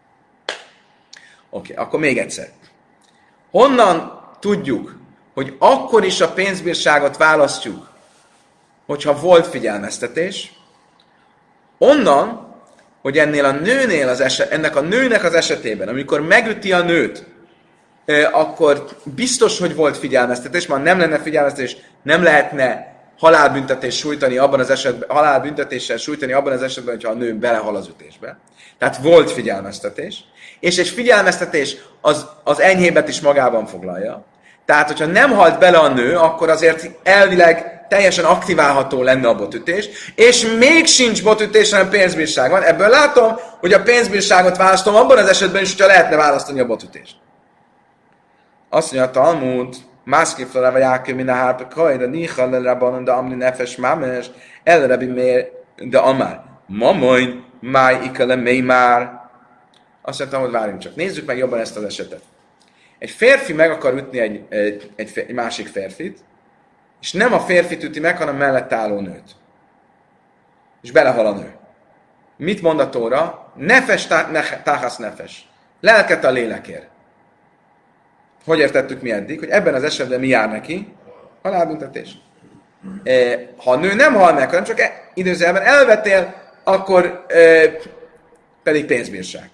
Oké, okay, akkor még egyszer. Honnan tudjuk, hogy akkor is a pénzbírságot választjuk, hogyha volt figyelmeztetés? Onnan, hogy ennél a nőnél az eset, ennek a nőnek az esetében, amikor megüti a nőt, akkor biztos, hogy volt figyelmeztetés, már nem lenne figyelmeztetés, nem lehetne halálbüntetés sújtani abban az esetben, halálbüntetéssel sújtani abban az esetben, hogyha a nő belehal az ütésbe. Tehát volt figyelmeztetés, és egy figyelmeztetés az, az enyhébet is magában foglalja. Tehát, hogyha nem halt bele a nő, akkor azért elvileg teljesen aktiválható lenne a botütés, és még sincs botütés, hanem pénzbírság van. Ebből látom, hogy a pénzbírságot választom abban az esetben is, hogyha lehetne választani a botütést. Azt mondja a Talmud, mászkiflora vagy ákő min a hárpe kaj, de niha le rabbanon, de amni nefes mámes, elrebi mér, de amár. Mamoin, máj ikele mély már. Azt mondtam, hogy várjunk csak. Nézzük meg jobban ezt az esetet. Egy férfi meg akar ütni egy, egy, egy, egy másik férfit, és nem a férfit üti meg, hanem mellett álló nőt. És belehal a nő. Mit mond a Tóra? Nefes táhasz nefes. Lelket a lélekért. Hogy értettük mi eddig? Hogy ebben az esetben mi jár neki? Halálbüntetés. Ha a nő nem hal meg, hanem csak időzőjelben elvetél, akkor e, pedig pénzbírság.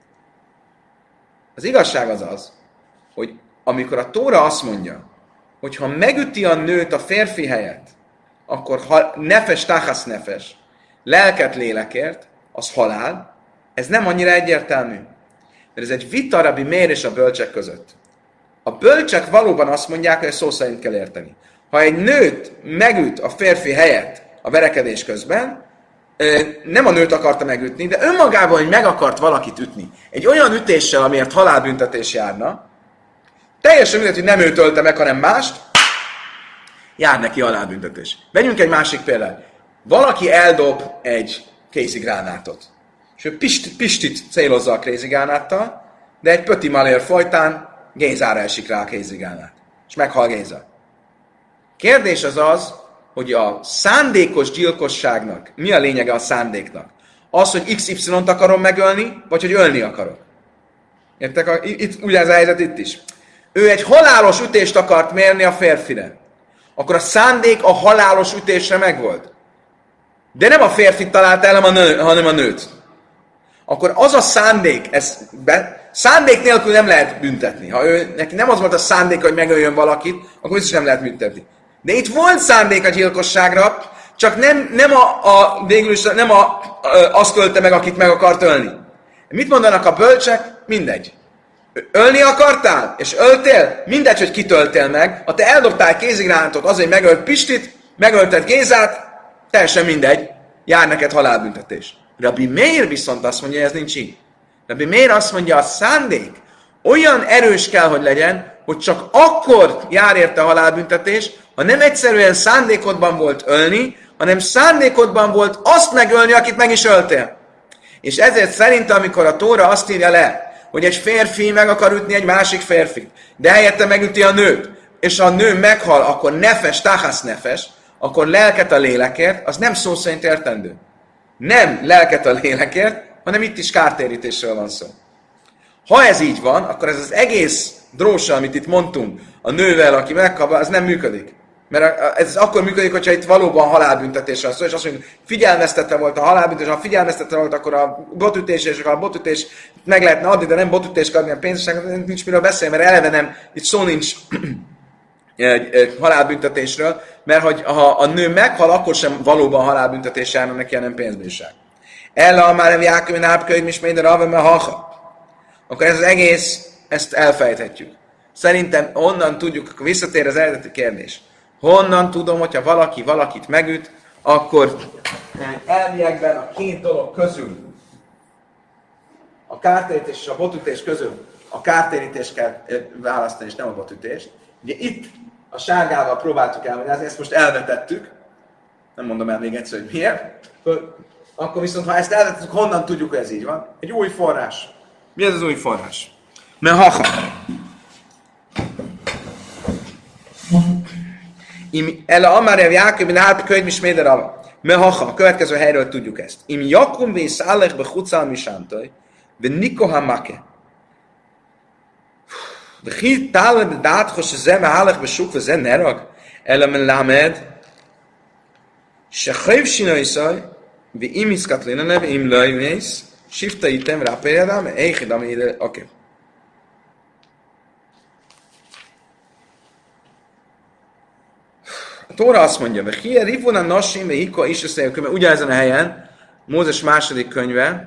Az igazság az az, hogy amikor a Tóra azt mondja, hogy ha megüti a nőt a férfi helyett, akkor ha nefes táhasz nefes, lelket lélekért, az halál, ez nem annyira egyértelmű. Mert ez egy vita Rabbi Meir és a bölcsek között. A bölcsek valóban azt mondják, hogy ezt szó szerint kell érteni. Ha egy nőt megüt a férfi helyett a verekedés közben, nem a nőt akarta megütni, de önmagában, hogy meg akart valakit ütni, egy olyan ütéssel, amiért halálbüntetés járna, teljesen mindegy, hogy nem őt ölte meg, hanem mást, jár neki halálbüntetés. Vegyünk egy másik példát. Valaki eldob egy kézigránátot, és ő pist, pistit célozza a kézigránáttal, de egy pöti malér folytán Gézára esik rá a kézigránát, és meghal Géza. Kérdés az az, hogy a szándékos gyilkosságnak mi a lényege a szándéknak? Az, hogy iksz ipszilont akarom megölni, vagy hogy ölni akarok. Értek? A, itt, ugye ez a helyzet itt is. Ő egy halálos ütést akart mérni a férfire. Akkor a szándék a halálos ütésre megvolt. De nem a férfit talált el, hanem a, nő, hanem a nőt. Akkor az a szándék, ez be, szándék nélkül nem lehet büntetni. Ha ő, neki nem az volt a szándék, hogy megöljön valakit, akkor biztos nem lehet büntetni. De itt volt szándék a gyilkosságra, csak nem, nem, a, a, végül is nem a, a, azt ölte meg, akit meg akart ölni. Mit mondanak a bölcsek? Mindegy. Ölni akartál? És öltél? Mindegy, hogy kitöltél meg. Ha te eldobtál kézigránátot azért, hogy megölt Pistit, megölted Gézát, teljesen mindegy. Jár neked halálbüntetés. Rabbi Meir viszont azt mondja, hogy ez nincs így. Rabbi Meir azt mondja, a szándék olyan erős kell, hogy legyen, hogy csak akkor jár érte a halálbüntetés, ha nem egyszerűen szándékodban volt ölni, hanem szándékodban volt azt megölni, akit meg is öltél. És ezért szerintem, amikor a Tóra azt írja le, hogy egy férfi meg akar ütni egy másik férfit, de helyette megüti a nőt, és a nő meghal, akkor nefes, táhasz nefes, akkor lelket a lélekért, az nem szó szerint értendő. Nem lelket a lélekért, hanem itt is kártérítésről van szó. Ha ez így van, akkor ez az egész drósa, amit itt mondtunk, a nővel, aki meghal, az nem működik. Mert ez akkor működik, hogyha itt valóban halálbüntetésre szó, és azt mondjuk, figyelmeztetve volt a halálbüntetés, ha figyelmeztetve volt, akkor a botütés, és a botütés meg lehetne adni, de nem botütés adni a pénzösséget, nincs miről beszélni, mert eleve nem, itt szó nincs halálbüntetésről, mert hogy ha a nő meghal, akkor sem valóban halálbüntetés járna neki, hanem pénzbírság. Ella már nem jákönyv, nápkönyv, és minden ave, mert haha. Akkor ez az egész, ezt elfejthetjük. Szerintem onnan tudjuk, akkor visszatér az eredeti kérdés. Honnan tudom, hogyha valaki valakit megüt, akkor elviekben a két dolog közül, a kártérítés és a botütés közül a kártérítést kell választani, és nem a botütést. Ugye itt a sárgával próbáltuk elmagyarázni, ezt most elvetettük, nem mondom el még egyszer, hogy miért, akkor viszont ha ezt elvetettük, honnan tudjuk, hogy ez így van? Egy új forrás. Mi ez az új forrás? Mert haha. Im ela amarja Jákob bin Árpi könyv is méderava. Mehacha, a következő helyről tudjuk ezt. Im jakum vész állech be chucál misántaj, ve nikoha make. Ve chi tále be dátchos se ze mehalech be suk ve ze nerag, ela men lamed, se chayv sinaiszaj, ve im iszkatlinane, ve im lajmész, sifta item rápérdám, eichidam ide, oké. Okay. A Tóra azt mondja, hogy hier rivuna nasim, ve hika is összejön könyve, ugyanezen a helyen, Mózes második könyve,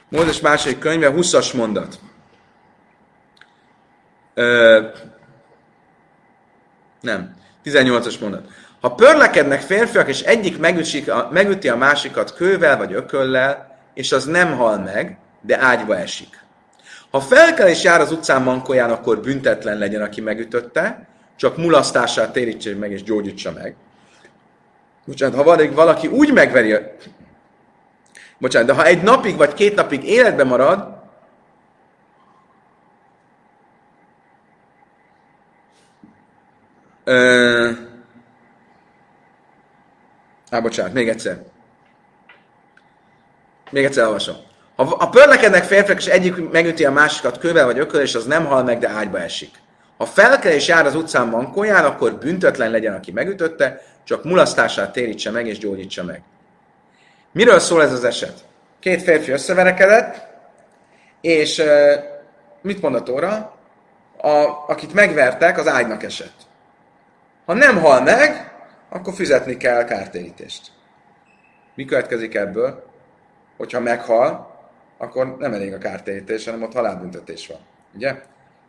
Mózes második könyve, huszas mondat. Ö, nem, tizennyolcas mondat. Ha pörlekednek férfiak, és egyik megütik a, megüti a másikat kővel vagy ököllel, és az nem hal meg, de ágyba esik. Ha felkel és jár az utcán mankóján, akkor büntetlen legyen, aki megütötte, csak mulasztással térítse meg és gyógyítsa meg. Bocsánat, ha valaki úgy megveri, bocsánat, de ha egy napig vagy két napig életben marad, ö, á, bocsánat, még egyszer. Még egyszer olvasom. Ha, ha pörlekednek férfiak, és egyik megüti a másikat kővel vagy ököl, és az nem hal meg, de ágyba esik. Ha felkel és jár az utcán mankóján, akkor büntetlen legyen, aki megütötte, csak mulasztását térítse meg és gyógyítsa meg. Miről szól ez az eset? Két férfi összeverekedett, és uh, mit mond a Tóra? A, akit megvertek, az ágynak esett. Ha nem hal meg, akkor fizetni kell kártérítést. Mi következik ebből? Hogyha meghal, akkor nem elég a kártérítés, hanem ott halálbüntetés van. Ugye?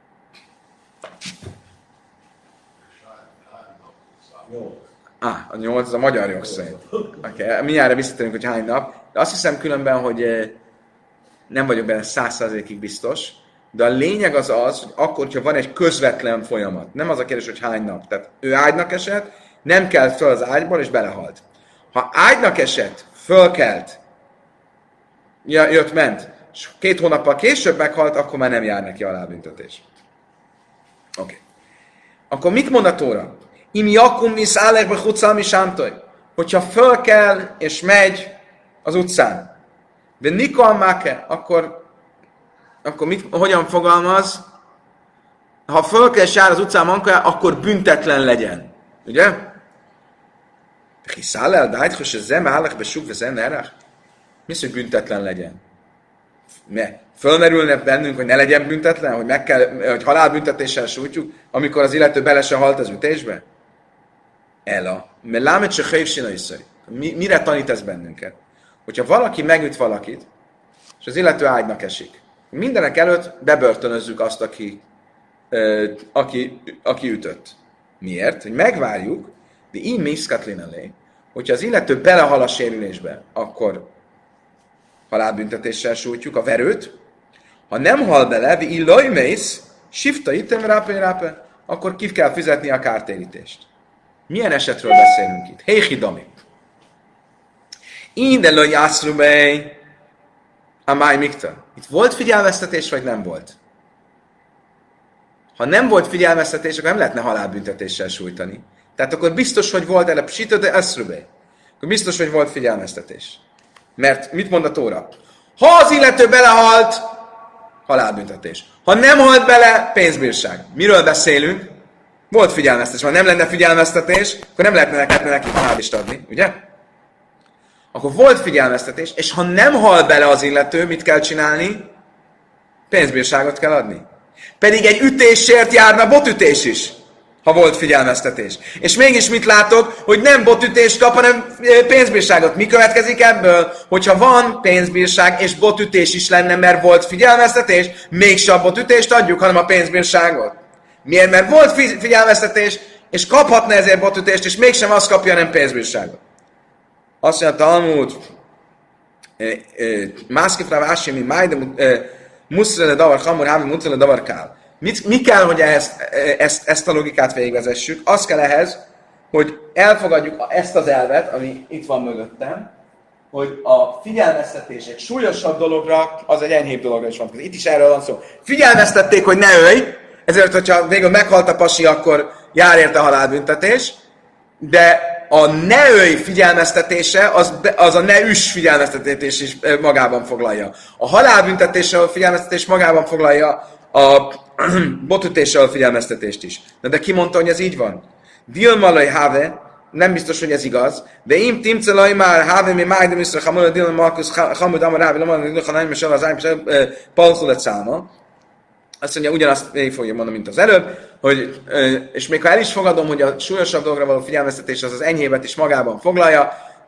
Ah, a nyolc, az a magyar jog szerint. Okay. Mindjárt visszatérünk, hogy hány nap. De azt hiszem különben, hogy nem vagyok benne száz százalékig biztos, de a lényeg az az, hogy akkor, hogyha van egy közvetlen folyamat. Nem az a kérdés, hogy hány nap. Tehát ő ágynak esett, nem kelt föl az ágyból, és belehalt. Ha ágynak esett, fölkelt, jött, ment, és két hónappal később meghalt, akkor már nem jár neki halálbüntetés. Oké. Okay. Akkor mit mond a Tóra? Im jakum is állekbe huccal mi sámtoj. Hogyha fölkel és megy az utcán, de nikol máke, akkor, akkor mit, hogyan fogalmaz? Ha fölkel és jár az utcán mankóján, akkor büntetlen legyen. Ugye? Hiszáll el, dájt, hogy ez zeme állekbe suk, vezen erre? Mi az, hogy büntetlen legyen? Mert fölmerülne bennünk, hogy ne legyen büntetlen, hogy, meg kell, hogy halálbüntetéssel sújtjuk, amikor az illető bele se halt az ütésbe? Ela. Mert lámet se hővsina is szöri. Mire tanít ez bennünket? Hogyha valaki megüt valakit, és az illető ágynak esik, mindenek előtt bebörtönözzük azt, aki, ö, aki, aki ütött. Miért? Hogy megvárjuk, de így mészkatlin elé, hogyha az illető belehal a sérülésbe, akkor halálbüntetéssel sújtjuk a verőt. Ha nem hal bele, de illaj mész, sifta ittem rápe, rápe, akkor ki kell fizetni a kártérítést. Milyen esetről beszélünk itt? Héhidami. Inde jászrubej a máj mikta. Itt volt figyelmeztetés, vagy nem volt? Ha nem volt figyelmeztetés, akkor nem lehetne halálbüntetéssel sújtani. Tehát akkor biztos, hogy volt ele psita de eszrubej. Akkor biztos, hogy volt figyelmeztetés. Mert mit mond a Tóra? Ha az illető belehalt, halálbüntetés. Ha nem halt bele, pénzbírság. Miről beszélünk? Volt figyelmeztetés. Ha nem lenne figyelmeztetés, akkor nem lehetne neked neki halálist adni, ugye? Akkor volt figyelmeztetés, és ha nem hal bele az illető, mit kell csinálni? Pénzbírságot kell adni. Pedig egy ütésért járna botütés is, ha volt figyelmeztetés. És mégis mit látok, hogy nem botütést kap, hanem pénzbírságot. Mi következik ebből? Hogyha van pénzbírság, és botütés is lenne, mert volt figyelmeztetés, mégse a botütést adjuk, hanem a pénzbírságot. Miért? Mert volt figyelmeztetés, és kaphatna ezért botütést, és mégsem azt kapja, nem pénzbírságot. Azt mondja a Talmud, mászkifra vásimi májdem, muszrele davar hamur, hámi muszrele davar kál. Mit, mi kell, hogy ezt, ezt, ezt a logikát végigvezessük? Az kell ehhez, hogy elfogadjuk ezt az elvet, ami itt van mögöttem, hogy a figyelmeztetés egy súlyosabb dologra, az egy enyhébb dologra is van. Itt is erről van szó. Figyelmeztették, hogy ne ölj, ezért, hogyha végül meghalt a pasi, akkor jár érte halálbüntetés, de a ne ölj figyelmeztetése, az, az a ne üss figyelmeztetés is magában foglalja. A halálbüntetése a figyelmeztetés magában foglalja a botütéssel a figyelmeztetést is. De, de ki mondta, hogy ez így van? Dilmalai have, nem biztos, hogy ez igaz, de im timcelaj már have, mi májdem iszra hamar, dilma Markus, hamud amar rávi, lamar, dilma nem is az ágy, palszulet száma. Azt mondja, ugyanazt végig fogja mondani, mint az előbb, hogy, és még ha el is fogadom, hogy a súlyosabb dologra való figyelmeztetés az az enyhébet is magában foglalja,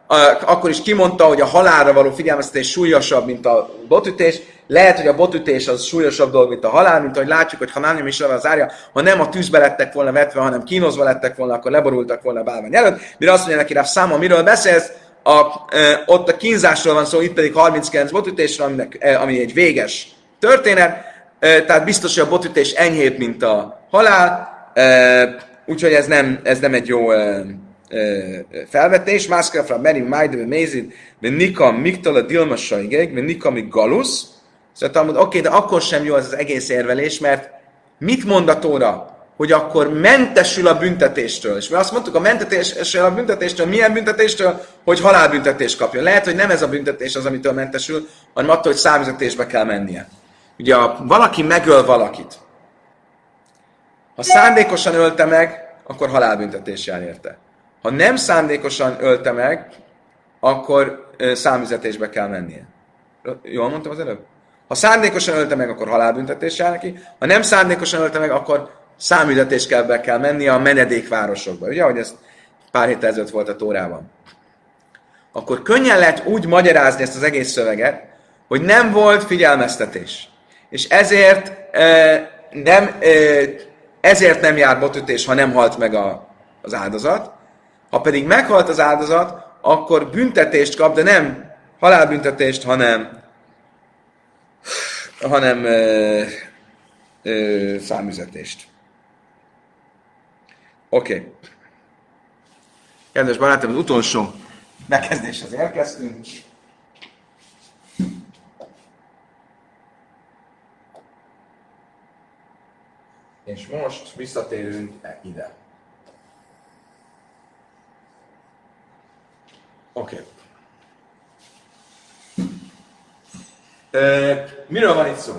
akkor is kimondta, hogy a halálra való figyelmeztetés súlyosabb, mint a botütés. Lehet, hogy a botütés az súlyosabb dolog, mint a halál, mint ahogy látjuk, hogy ha nem is az árja, ha nem a tűzbe lettek volna vetve, hanem kínozva lettek volna, akkor leborultak volna a bálvány előtt. Mire azt mondja neki rá, számom, miről beszélsz, a, e, ott a kínzásról van szó, itt pedig harminckilenc botütésről, aminek, e, ami egy véges történet, e, tehát biztos, hogy a botütés enyhébb, mint a halál, e, úgyhogy ez nem, ez nem egy jó e, felvetés. Mászkafra, Meri, Majdő, Mézid, Nika, Miktala, Dilma, Sajgeg, Nika, Mik, Galusz. Szóval oké, okay, de akkor sem jó ez az egész érvelés, mert mit mond a Tóra? Hogy akkor mentesül a büntetéstől. És mi azt mondtuk, a mentesül a büntetéstől, milyen büntetéstől? Hogy halálbüntetést kapjon. Lehet, hogy nem ez a büntetés az, amitől mentesül, hanem attól, hogy számüzetésbe kell mennie. Ugye, ha valaki megöl valakit, ha szándékosan ölte meg, akkor halálbüntetés jár érte. Ha nem szándékosan ölte meg, akkor számüzetésbe kell mennie. Jól mondtam az előbb? Ha szándékosan ölte meg, akkor halálbüntetés jár neki. Ha nem szándékosan ölte meg, akkor számüzetésbe kell, kell mennie a menedékvárosokba. Ugye, ahogy ez pár héttel ezelőtt volt a Tórában. Akkor könnyen lehet úgy magyarázni ezt az egész szöveget, hogy nem volt figyelmeztetés. És ezért e, nem, e, ezért nem jár botütés, ha nem halt meg a, az áldozat. Ha pedig meghalt az áldozat, akkor büntetést kap, de nem halálbüntetést, hanem, hanem ö, ö, számüzetést. Oké. Okay. Kedves barátom, az utolsó megkezdéshez érkeztünk. És most visszatérünk ide. Oké. Okay. Miről van itt szó?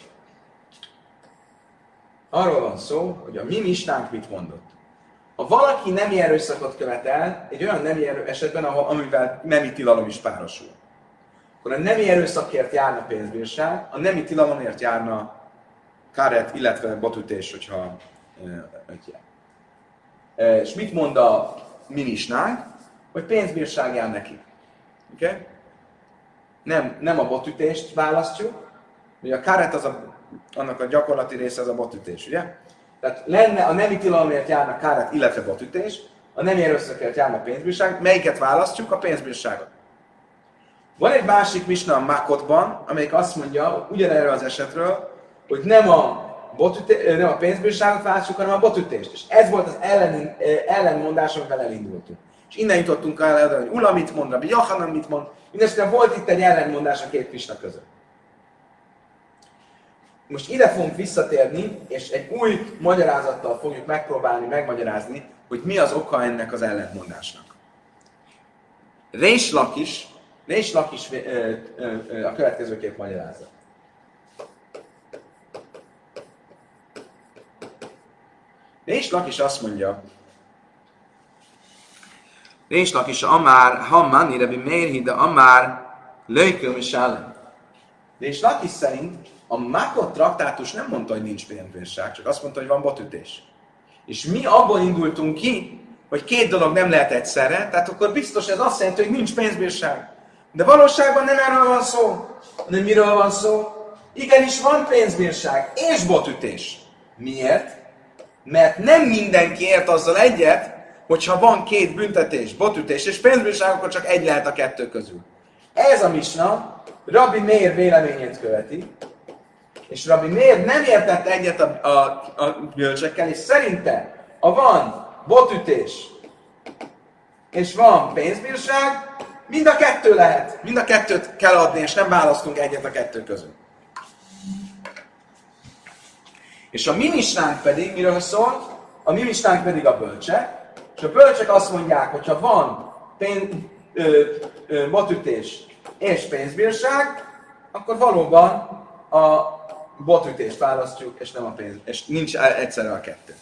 Arról van szó, hogy a mi misnánk mit mondott. Ha valaki nemi erőszakot követel, egy olyan nemi erő esetben, ahol, amivel nemi tilalom is párosul, akkor a nemi erőszakért járna pénzbírság, a nemi tilalomért járna káret, illetve botütés, hogyha ötje. E, és mit mond a mi misnánk? Hogy pénzbírság jár neki. Oké? Okay? Nem, nem a botütést választjuk, ugye a káret az a, annak a gyakorlati része az a botütés, ugye? Tehát lenne a nemi tilalomért járna káret, illetve botütés, a nemi erőszakért járna pénzbírság, melyiket választjuk? A pénzbírságot. Van egy másik misna a Makotban, amelyik azt mondja, ugyanerről az esetről, hogy nem a, botüté, nem a pénzbírságot választjuk, hanem a botütést. És ez volt az ellen, ellenmondás, amivel elindultunk. És innen jutottunk el, hogy Ula mit mond, Rabbi Yochanan mit mond. Mindenesetre volt itt egy ellenmondás a két misna között. Most ide fogunk visszatérni, és egy új magyarázattal fogjuk megpróbálni megmagyarázni, hogy mi az oka ennek az ellentmondásnak. Rés Lakis, Rés Lakis ö, ö, ö, a következőképp magyarázza. Rés Lakis azt mondja, Rés Lakis Amár, Hamman, Rabbi Meir, de Amár, Löjköm és Ellen. Rés Lakis szerint a Makot traktátus nem mondta, hogy nincs pénzbírság, csak azt mondta, hogy van botütés. És mi abból indultunk ki, hogy két dolog nem lehet egyszerre, tehát akkor biztos ez azt jelenti, hogy nincs pénzbírság. De valóságban nem erről van szó, hanem miről van szó? Igenis van pénzbírság és botütés. Miért? Mert nem mindenki ért azzal egyet, hogyha van két büntetés, botütés és pénzbírság, akkor csak egy lehet a kettő közül. Ez a misna Rabbi Meir véleményét követi, és Rabbi Meir nem értett egyet a, a, a bölcsekkel, és szerinte, ha van botütés és van pénzbírság, mind a kettő lehet. Mind a kettőt kell adni, és nem választunk egyet a kettő közül. És a mi misnánk pedig, miről szól? A mi misnánk pedig a bölcsek, és a bölcsek azt mondják, hogyha van pénz, ö, ö, botütés és pénzbírság, akkor valóban a botütést választjuk, és nem a pénz, és nincs egyszerre a kettő.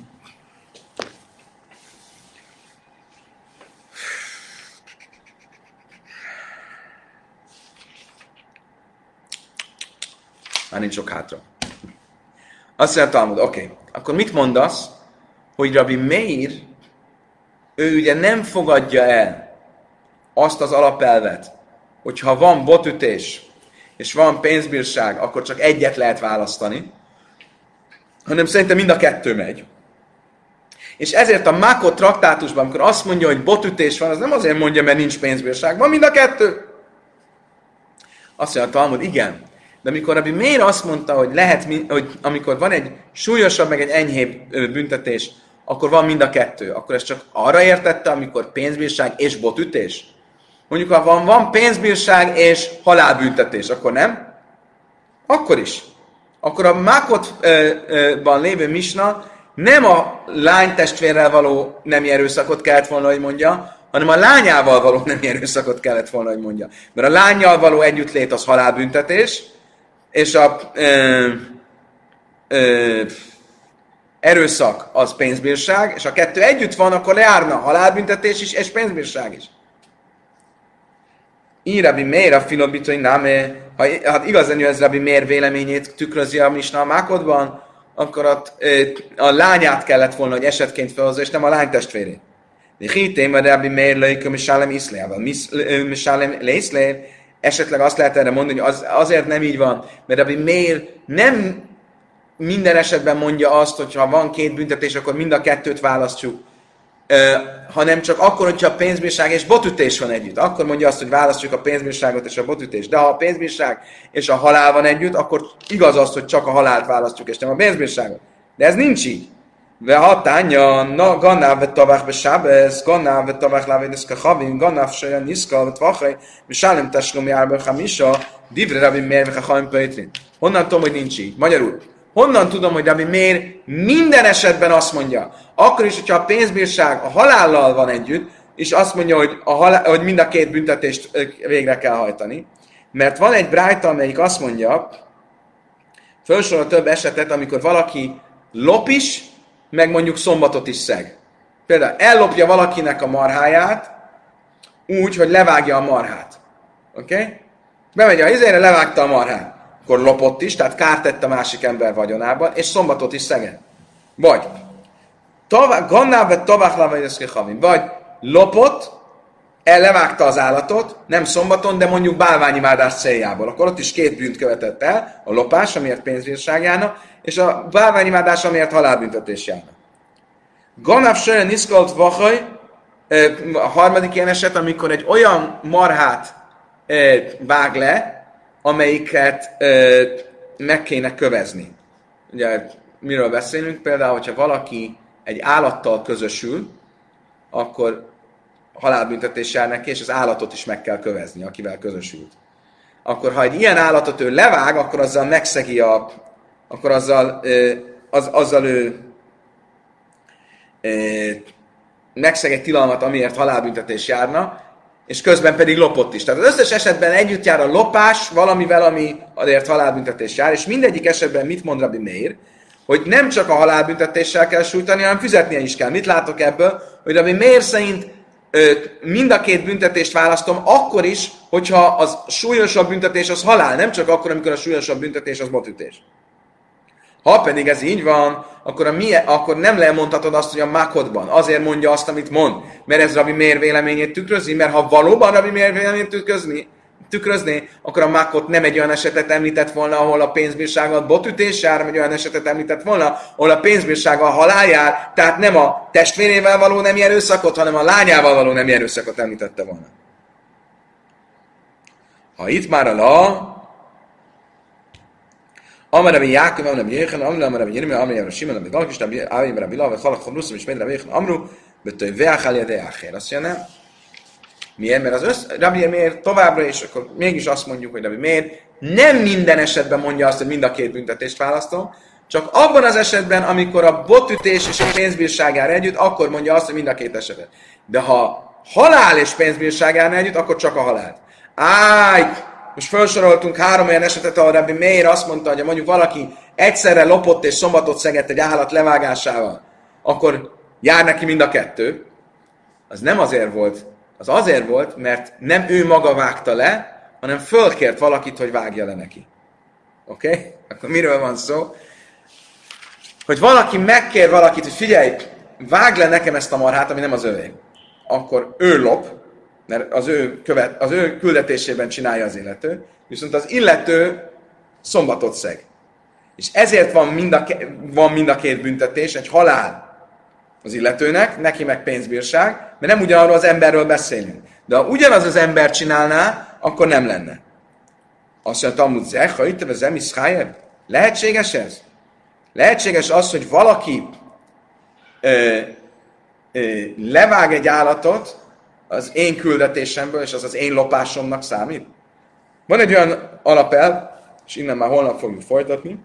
Már nincs sok hátra. Azt mondja Talmud, oké, okay. Akkor mit mondasz, hogy Rabbi Meir, ő ugye nem fogadja el azt az alapelvet, hogyha van botütés, és van pénzbírság, akkor csak egyet lehet választani, hanem szerintem mind a kettő megy. És ezért a Mákot traktátusban, amikor azt mondja, hogy botütés van, az nem azért mondja, mert nincs pénzbírság, van mind a kettő. Azt mondja a Talmud, igen. De amikor Rabbi Meir azt mondta, hogy lehet, hogy amikor van egy súlyosabb, meg egy enyhébb büntetés, akkor van mind a kettő. Akkor ez csak arra értette, amikor pénzbírság és botütés? Mondjuk, ha van, van pénzbírság és halálbüntetés, akkor nem? Akkor is. Akkor a Mákotban lévő misna nem a lány testvérrel való nemi erőszakot kellett volna, hogy mondja, hanem a lányával való nemi erőszakot kellett volna, hogy mondja. Mert a lányjal való együttlét az halálbüntetés, és a ö, ö, erőszak az pénzbírság, és ha a kettő együtt van, akkor lejárna halálbüntetés is, és pénzbírság is. Így Rabbi Meir a filobbitói náme, ha hát igazán ez Rabbi Meir véleményét tükrözi a misna a Mákodban, akkor a, a lányát kellett volna, hogy esetként felhozza, és nem a lány testvérét. De hitém, hogy Rabbi Meir löjkö misálem iszléával. Misálem leiszlél, esetleg azt lehet erre mondani, hogy az, azért nem így van, mert Rabbi Meir nem minden esetben mondja azt, hogy ha van két büntetés, akkor mind a kettőt választjuk, uh, hanem csak akkor, hogyha a pénzbírság és botütés van együtt. Akkor mondja azt, hogy választjuk a pénzbírságot és a botütést. De ha a pénzbírság és a halál van együtt, akkor igaz az, hogy csak a halált választjuk, és nem a pénzbírságot. De ez nincs így. Ve hatánya, na gannáv ve tavach be sábez, gannáv ve tavach lávédesz kachavim, gannáv sajan niszka, ve tvachai, ve sálem teslom járba hamisa, divre Rabbi Meir ve kachavim pöjtrin. Honnan tudom, hogy nincs így? Magyarul. Honnan tudom, hogy Rabbi Meir minden esetben azt mondja, akkor is, hogyha a pénzbírság a halállal van együtt, és azt mondja, hogy, a halál, hogy mind a két büntetést végre kell hajtani. Mert van egy brájta, amelyik azt mondja, felsorol több esetet, amikor valaki lop is, meg mondjuk szombatot is szeg. Például ellopja valakinek a marháját, úgy, hogy levágja a marhát. Oké? Okay? Bemegy a izére, levágta a marhát. Akkor lopott is, tehát kárt tett a másik ember vagyonában, és szombatot is szegett. Vagy vagy lopott, levágta az állatot, nem szombaton, de mondjuk bálványimádás céljából. Akkor ott is két bűnt követett el, a lopás, amiért pénzbírság járna, és a bálványimádás, amiért halálbüntetés járna. Ganav Sören Niszkolt Vachaj, a harmadik ilyen eset, amikor egy olyan marhát vág le, amelyiket ö, meg kéne kövezni. Ugye miről beszélünk? Például, hogyha valaki egy állattal közösül, akkor halálbüntetés jár neki, és az állatot is meg kell kövezni, akivel közösült. Akkor, ha egy ilyen állatot ő levág, akkor azzal megszegi a... akkor azzal, ö, az, azzal ő ö, megszeg egy tilalmat, amiért halálbüntetés járna, és közben pedig lopott is. Tehát az összes esetben együtt jár a lopás valamivel, ami azért halálbüntetés jár, és mindegyik esetben mit mond Rabbi Meir? Hogy nem csak a halálbüntetéssel kell sújtani, hanem fizetnie is kell. Mit látok ebből? Hogy Rabbi Meir szerint ö, mind a két büntetést választom, akkor is, hogyha az súlyosabb büntetés az halál, nem csak akkor, amikor a súlyosabb büntetés az botütés. Ha pedig ez így van, akkor, a milyen, akkor nem lemondhatod azt, hogy a Mákodban azért mondja azt, amit mond, mert ez Rabbi Meir véleményét tükrözi, mert ha valóban Rabbi Meir véleményét tükrözni, tükrözni, akkor a Mákot nem egy olyan esetet említett volna, ahol a pénzbírsággal botütés jár, hanem egy olyan esetet említett volna, ahol a pénzbírsággal halál jár, tehát nem a testvérével való nemi erőszakot, hanem a lányával való nemi erőszakot említette volna. Ha itt már a la, Amar Rabbi Jákov, Amar Rabbi Jéchen, Amar Rabbi Jeremia, Amar Rabbi Simon, Rabbi Galkis, Amar Rabbi Lav, Chalak Chabruszim, és Rabbi Jéchen, Amru, Betőj Veachal Jadei Acher. Azt mondja, miért? Mert az össz, Rabbi Meir továbbra, és akkor mégis azt mondjuk, hogy Rabbi Meir nem minden esetben mondja azt, hogy mind a két büntetést választom, csak abban az esetben, amikor a botütés és a pénzbírság jár együtt, akkor mondja azt, hogy mind a két esetet. De ha halál és pénzbírság járna együtt, akkor csak a halált. Áj! Most felsoroltunk három olyan esetet, ahol Rabbi Meir azt mondta, hogy mondjuk valaki egyszerre lopott és szombatot szegett egy állat levágásával, akkor jár neki mind a kettő. Az nem azért volt, az azért volt, mert nem ő maga vágta le, hanem fölkért valakit, hogy vágja le neki. Oké? Okay? Akkor miről van szó? Hogy valaki megkér valakit, hogy figyelj, vágd le nekem ezt a marhát, ami nem az övé. Akkor ő lop, mert az ő, követ, az ő küldetésében csinálja az illető, viszont az illető szombatot szeg. És ezért van mind a, van mind a két büntetés, egy halál az illetőnek, neki meg pénzbírság, mert nem ugyanarról az emberről beszélünk. De ha ugyanaz az ember csinálná, akkor nem lenne. Azt mondja, Talmud Zech, ha itt vezem Iszhájeb, lehetséges ez? Lehetséges az, hogy valaki ö, ö, levág egy állatot az én küldetésemből, és az az én lopásomnak számít? Van egy olyan alapelv, és innen már holnap fogjuk folytatni,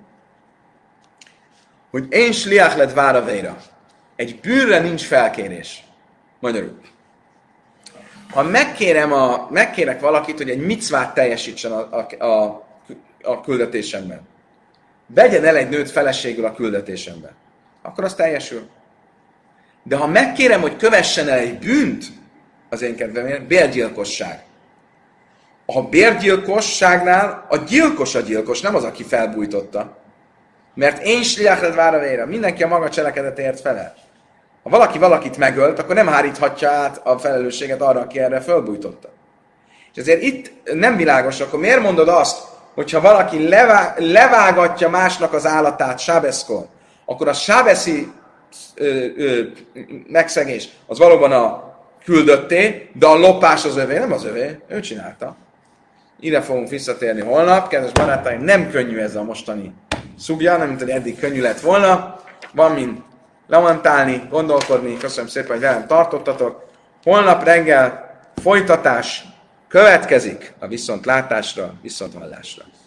hogy én sliach lett váravéra. Egy bűnre nincs felkérés. Magyarul. Ha megkérem a, megkérek valakit, hogy egy micvát teljesítsen a, a, a, a küldetésemben, vegyen el egy nőt feleségül a küldetésemben, akkor az teljesül. De ha megkérem, hogy kövessen el egy bűnt az én kedvemért, bérgyilkosság. A bérgyilkosságnál a gyilkos a gyilkos, nem az, aki felbújtotta. Mert én sliach lett váravéra. Mindenki a maga cselekedetért felel. Ha valaki valakit megölt, akkor nem háríthatja át a felelősséget arra, aki erre fölbújtotta. És ezért itt nem világos, akkor miért mondod azt, hogyha valaki levá- levágatja másnak az állatát sábeszkor, akkor a sábeszi ö, ö, megszegés az valóban a küldötté, de a lopás az övé, nem az övé, ő csinálta. Ide fogunk visszatérni holnap. Kedves barátaim, nem könnyű ez a mostani szugja, nem mint hogy eddig könnyű lett volna. Van mind lemantálni, gondolkodni. Köszönöm szépen, hogy velem tartottatok. Holnap reggel folytatás következik a viszontlátásra, viszonthallásra.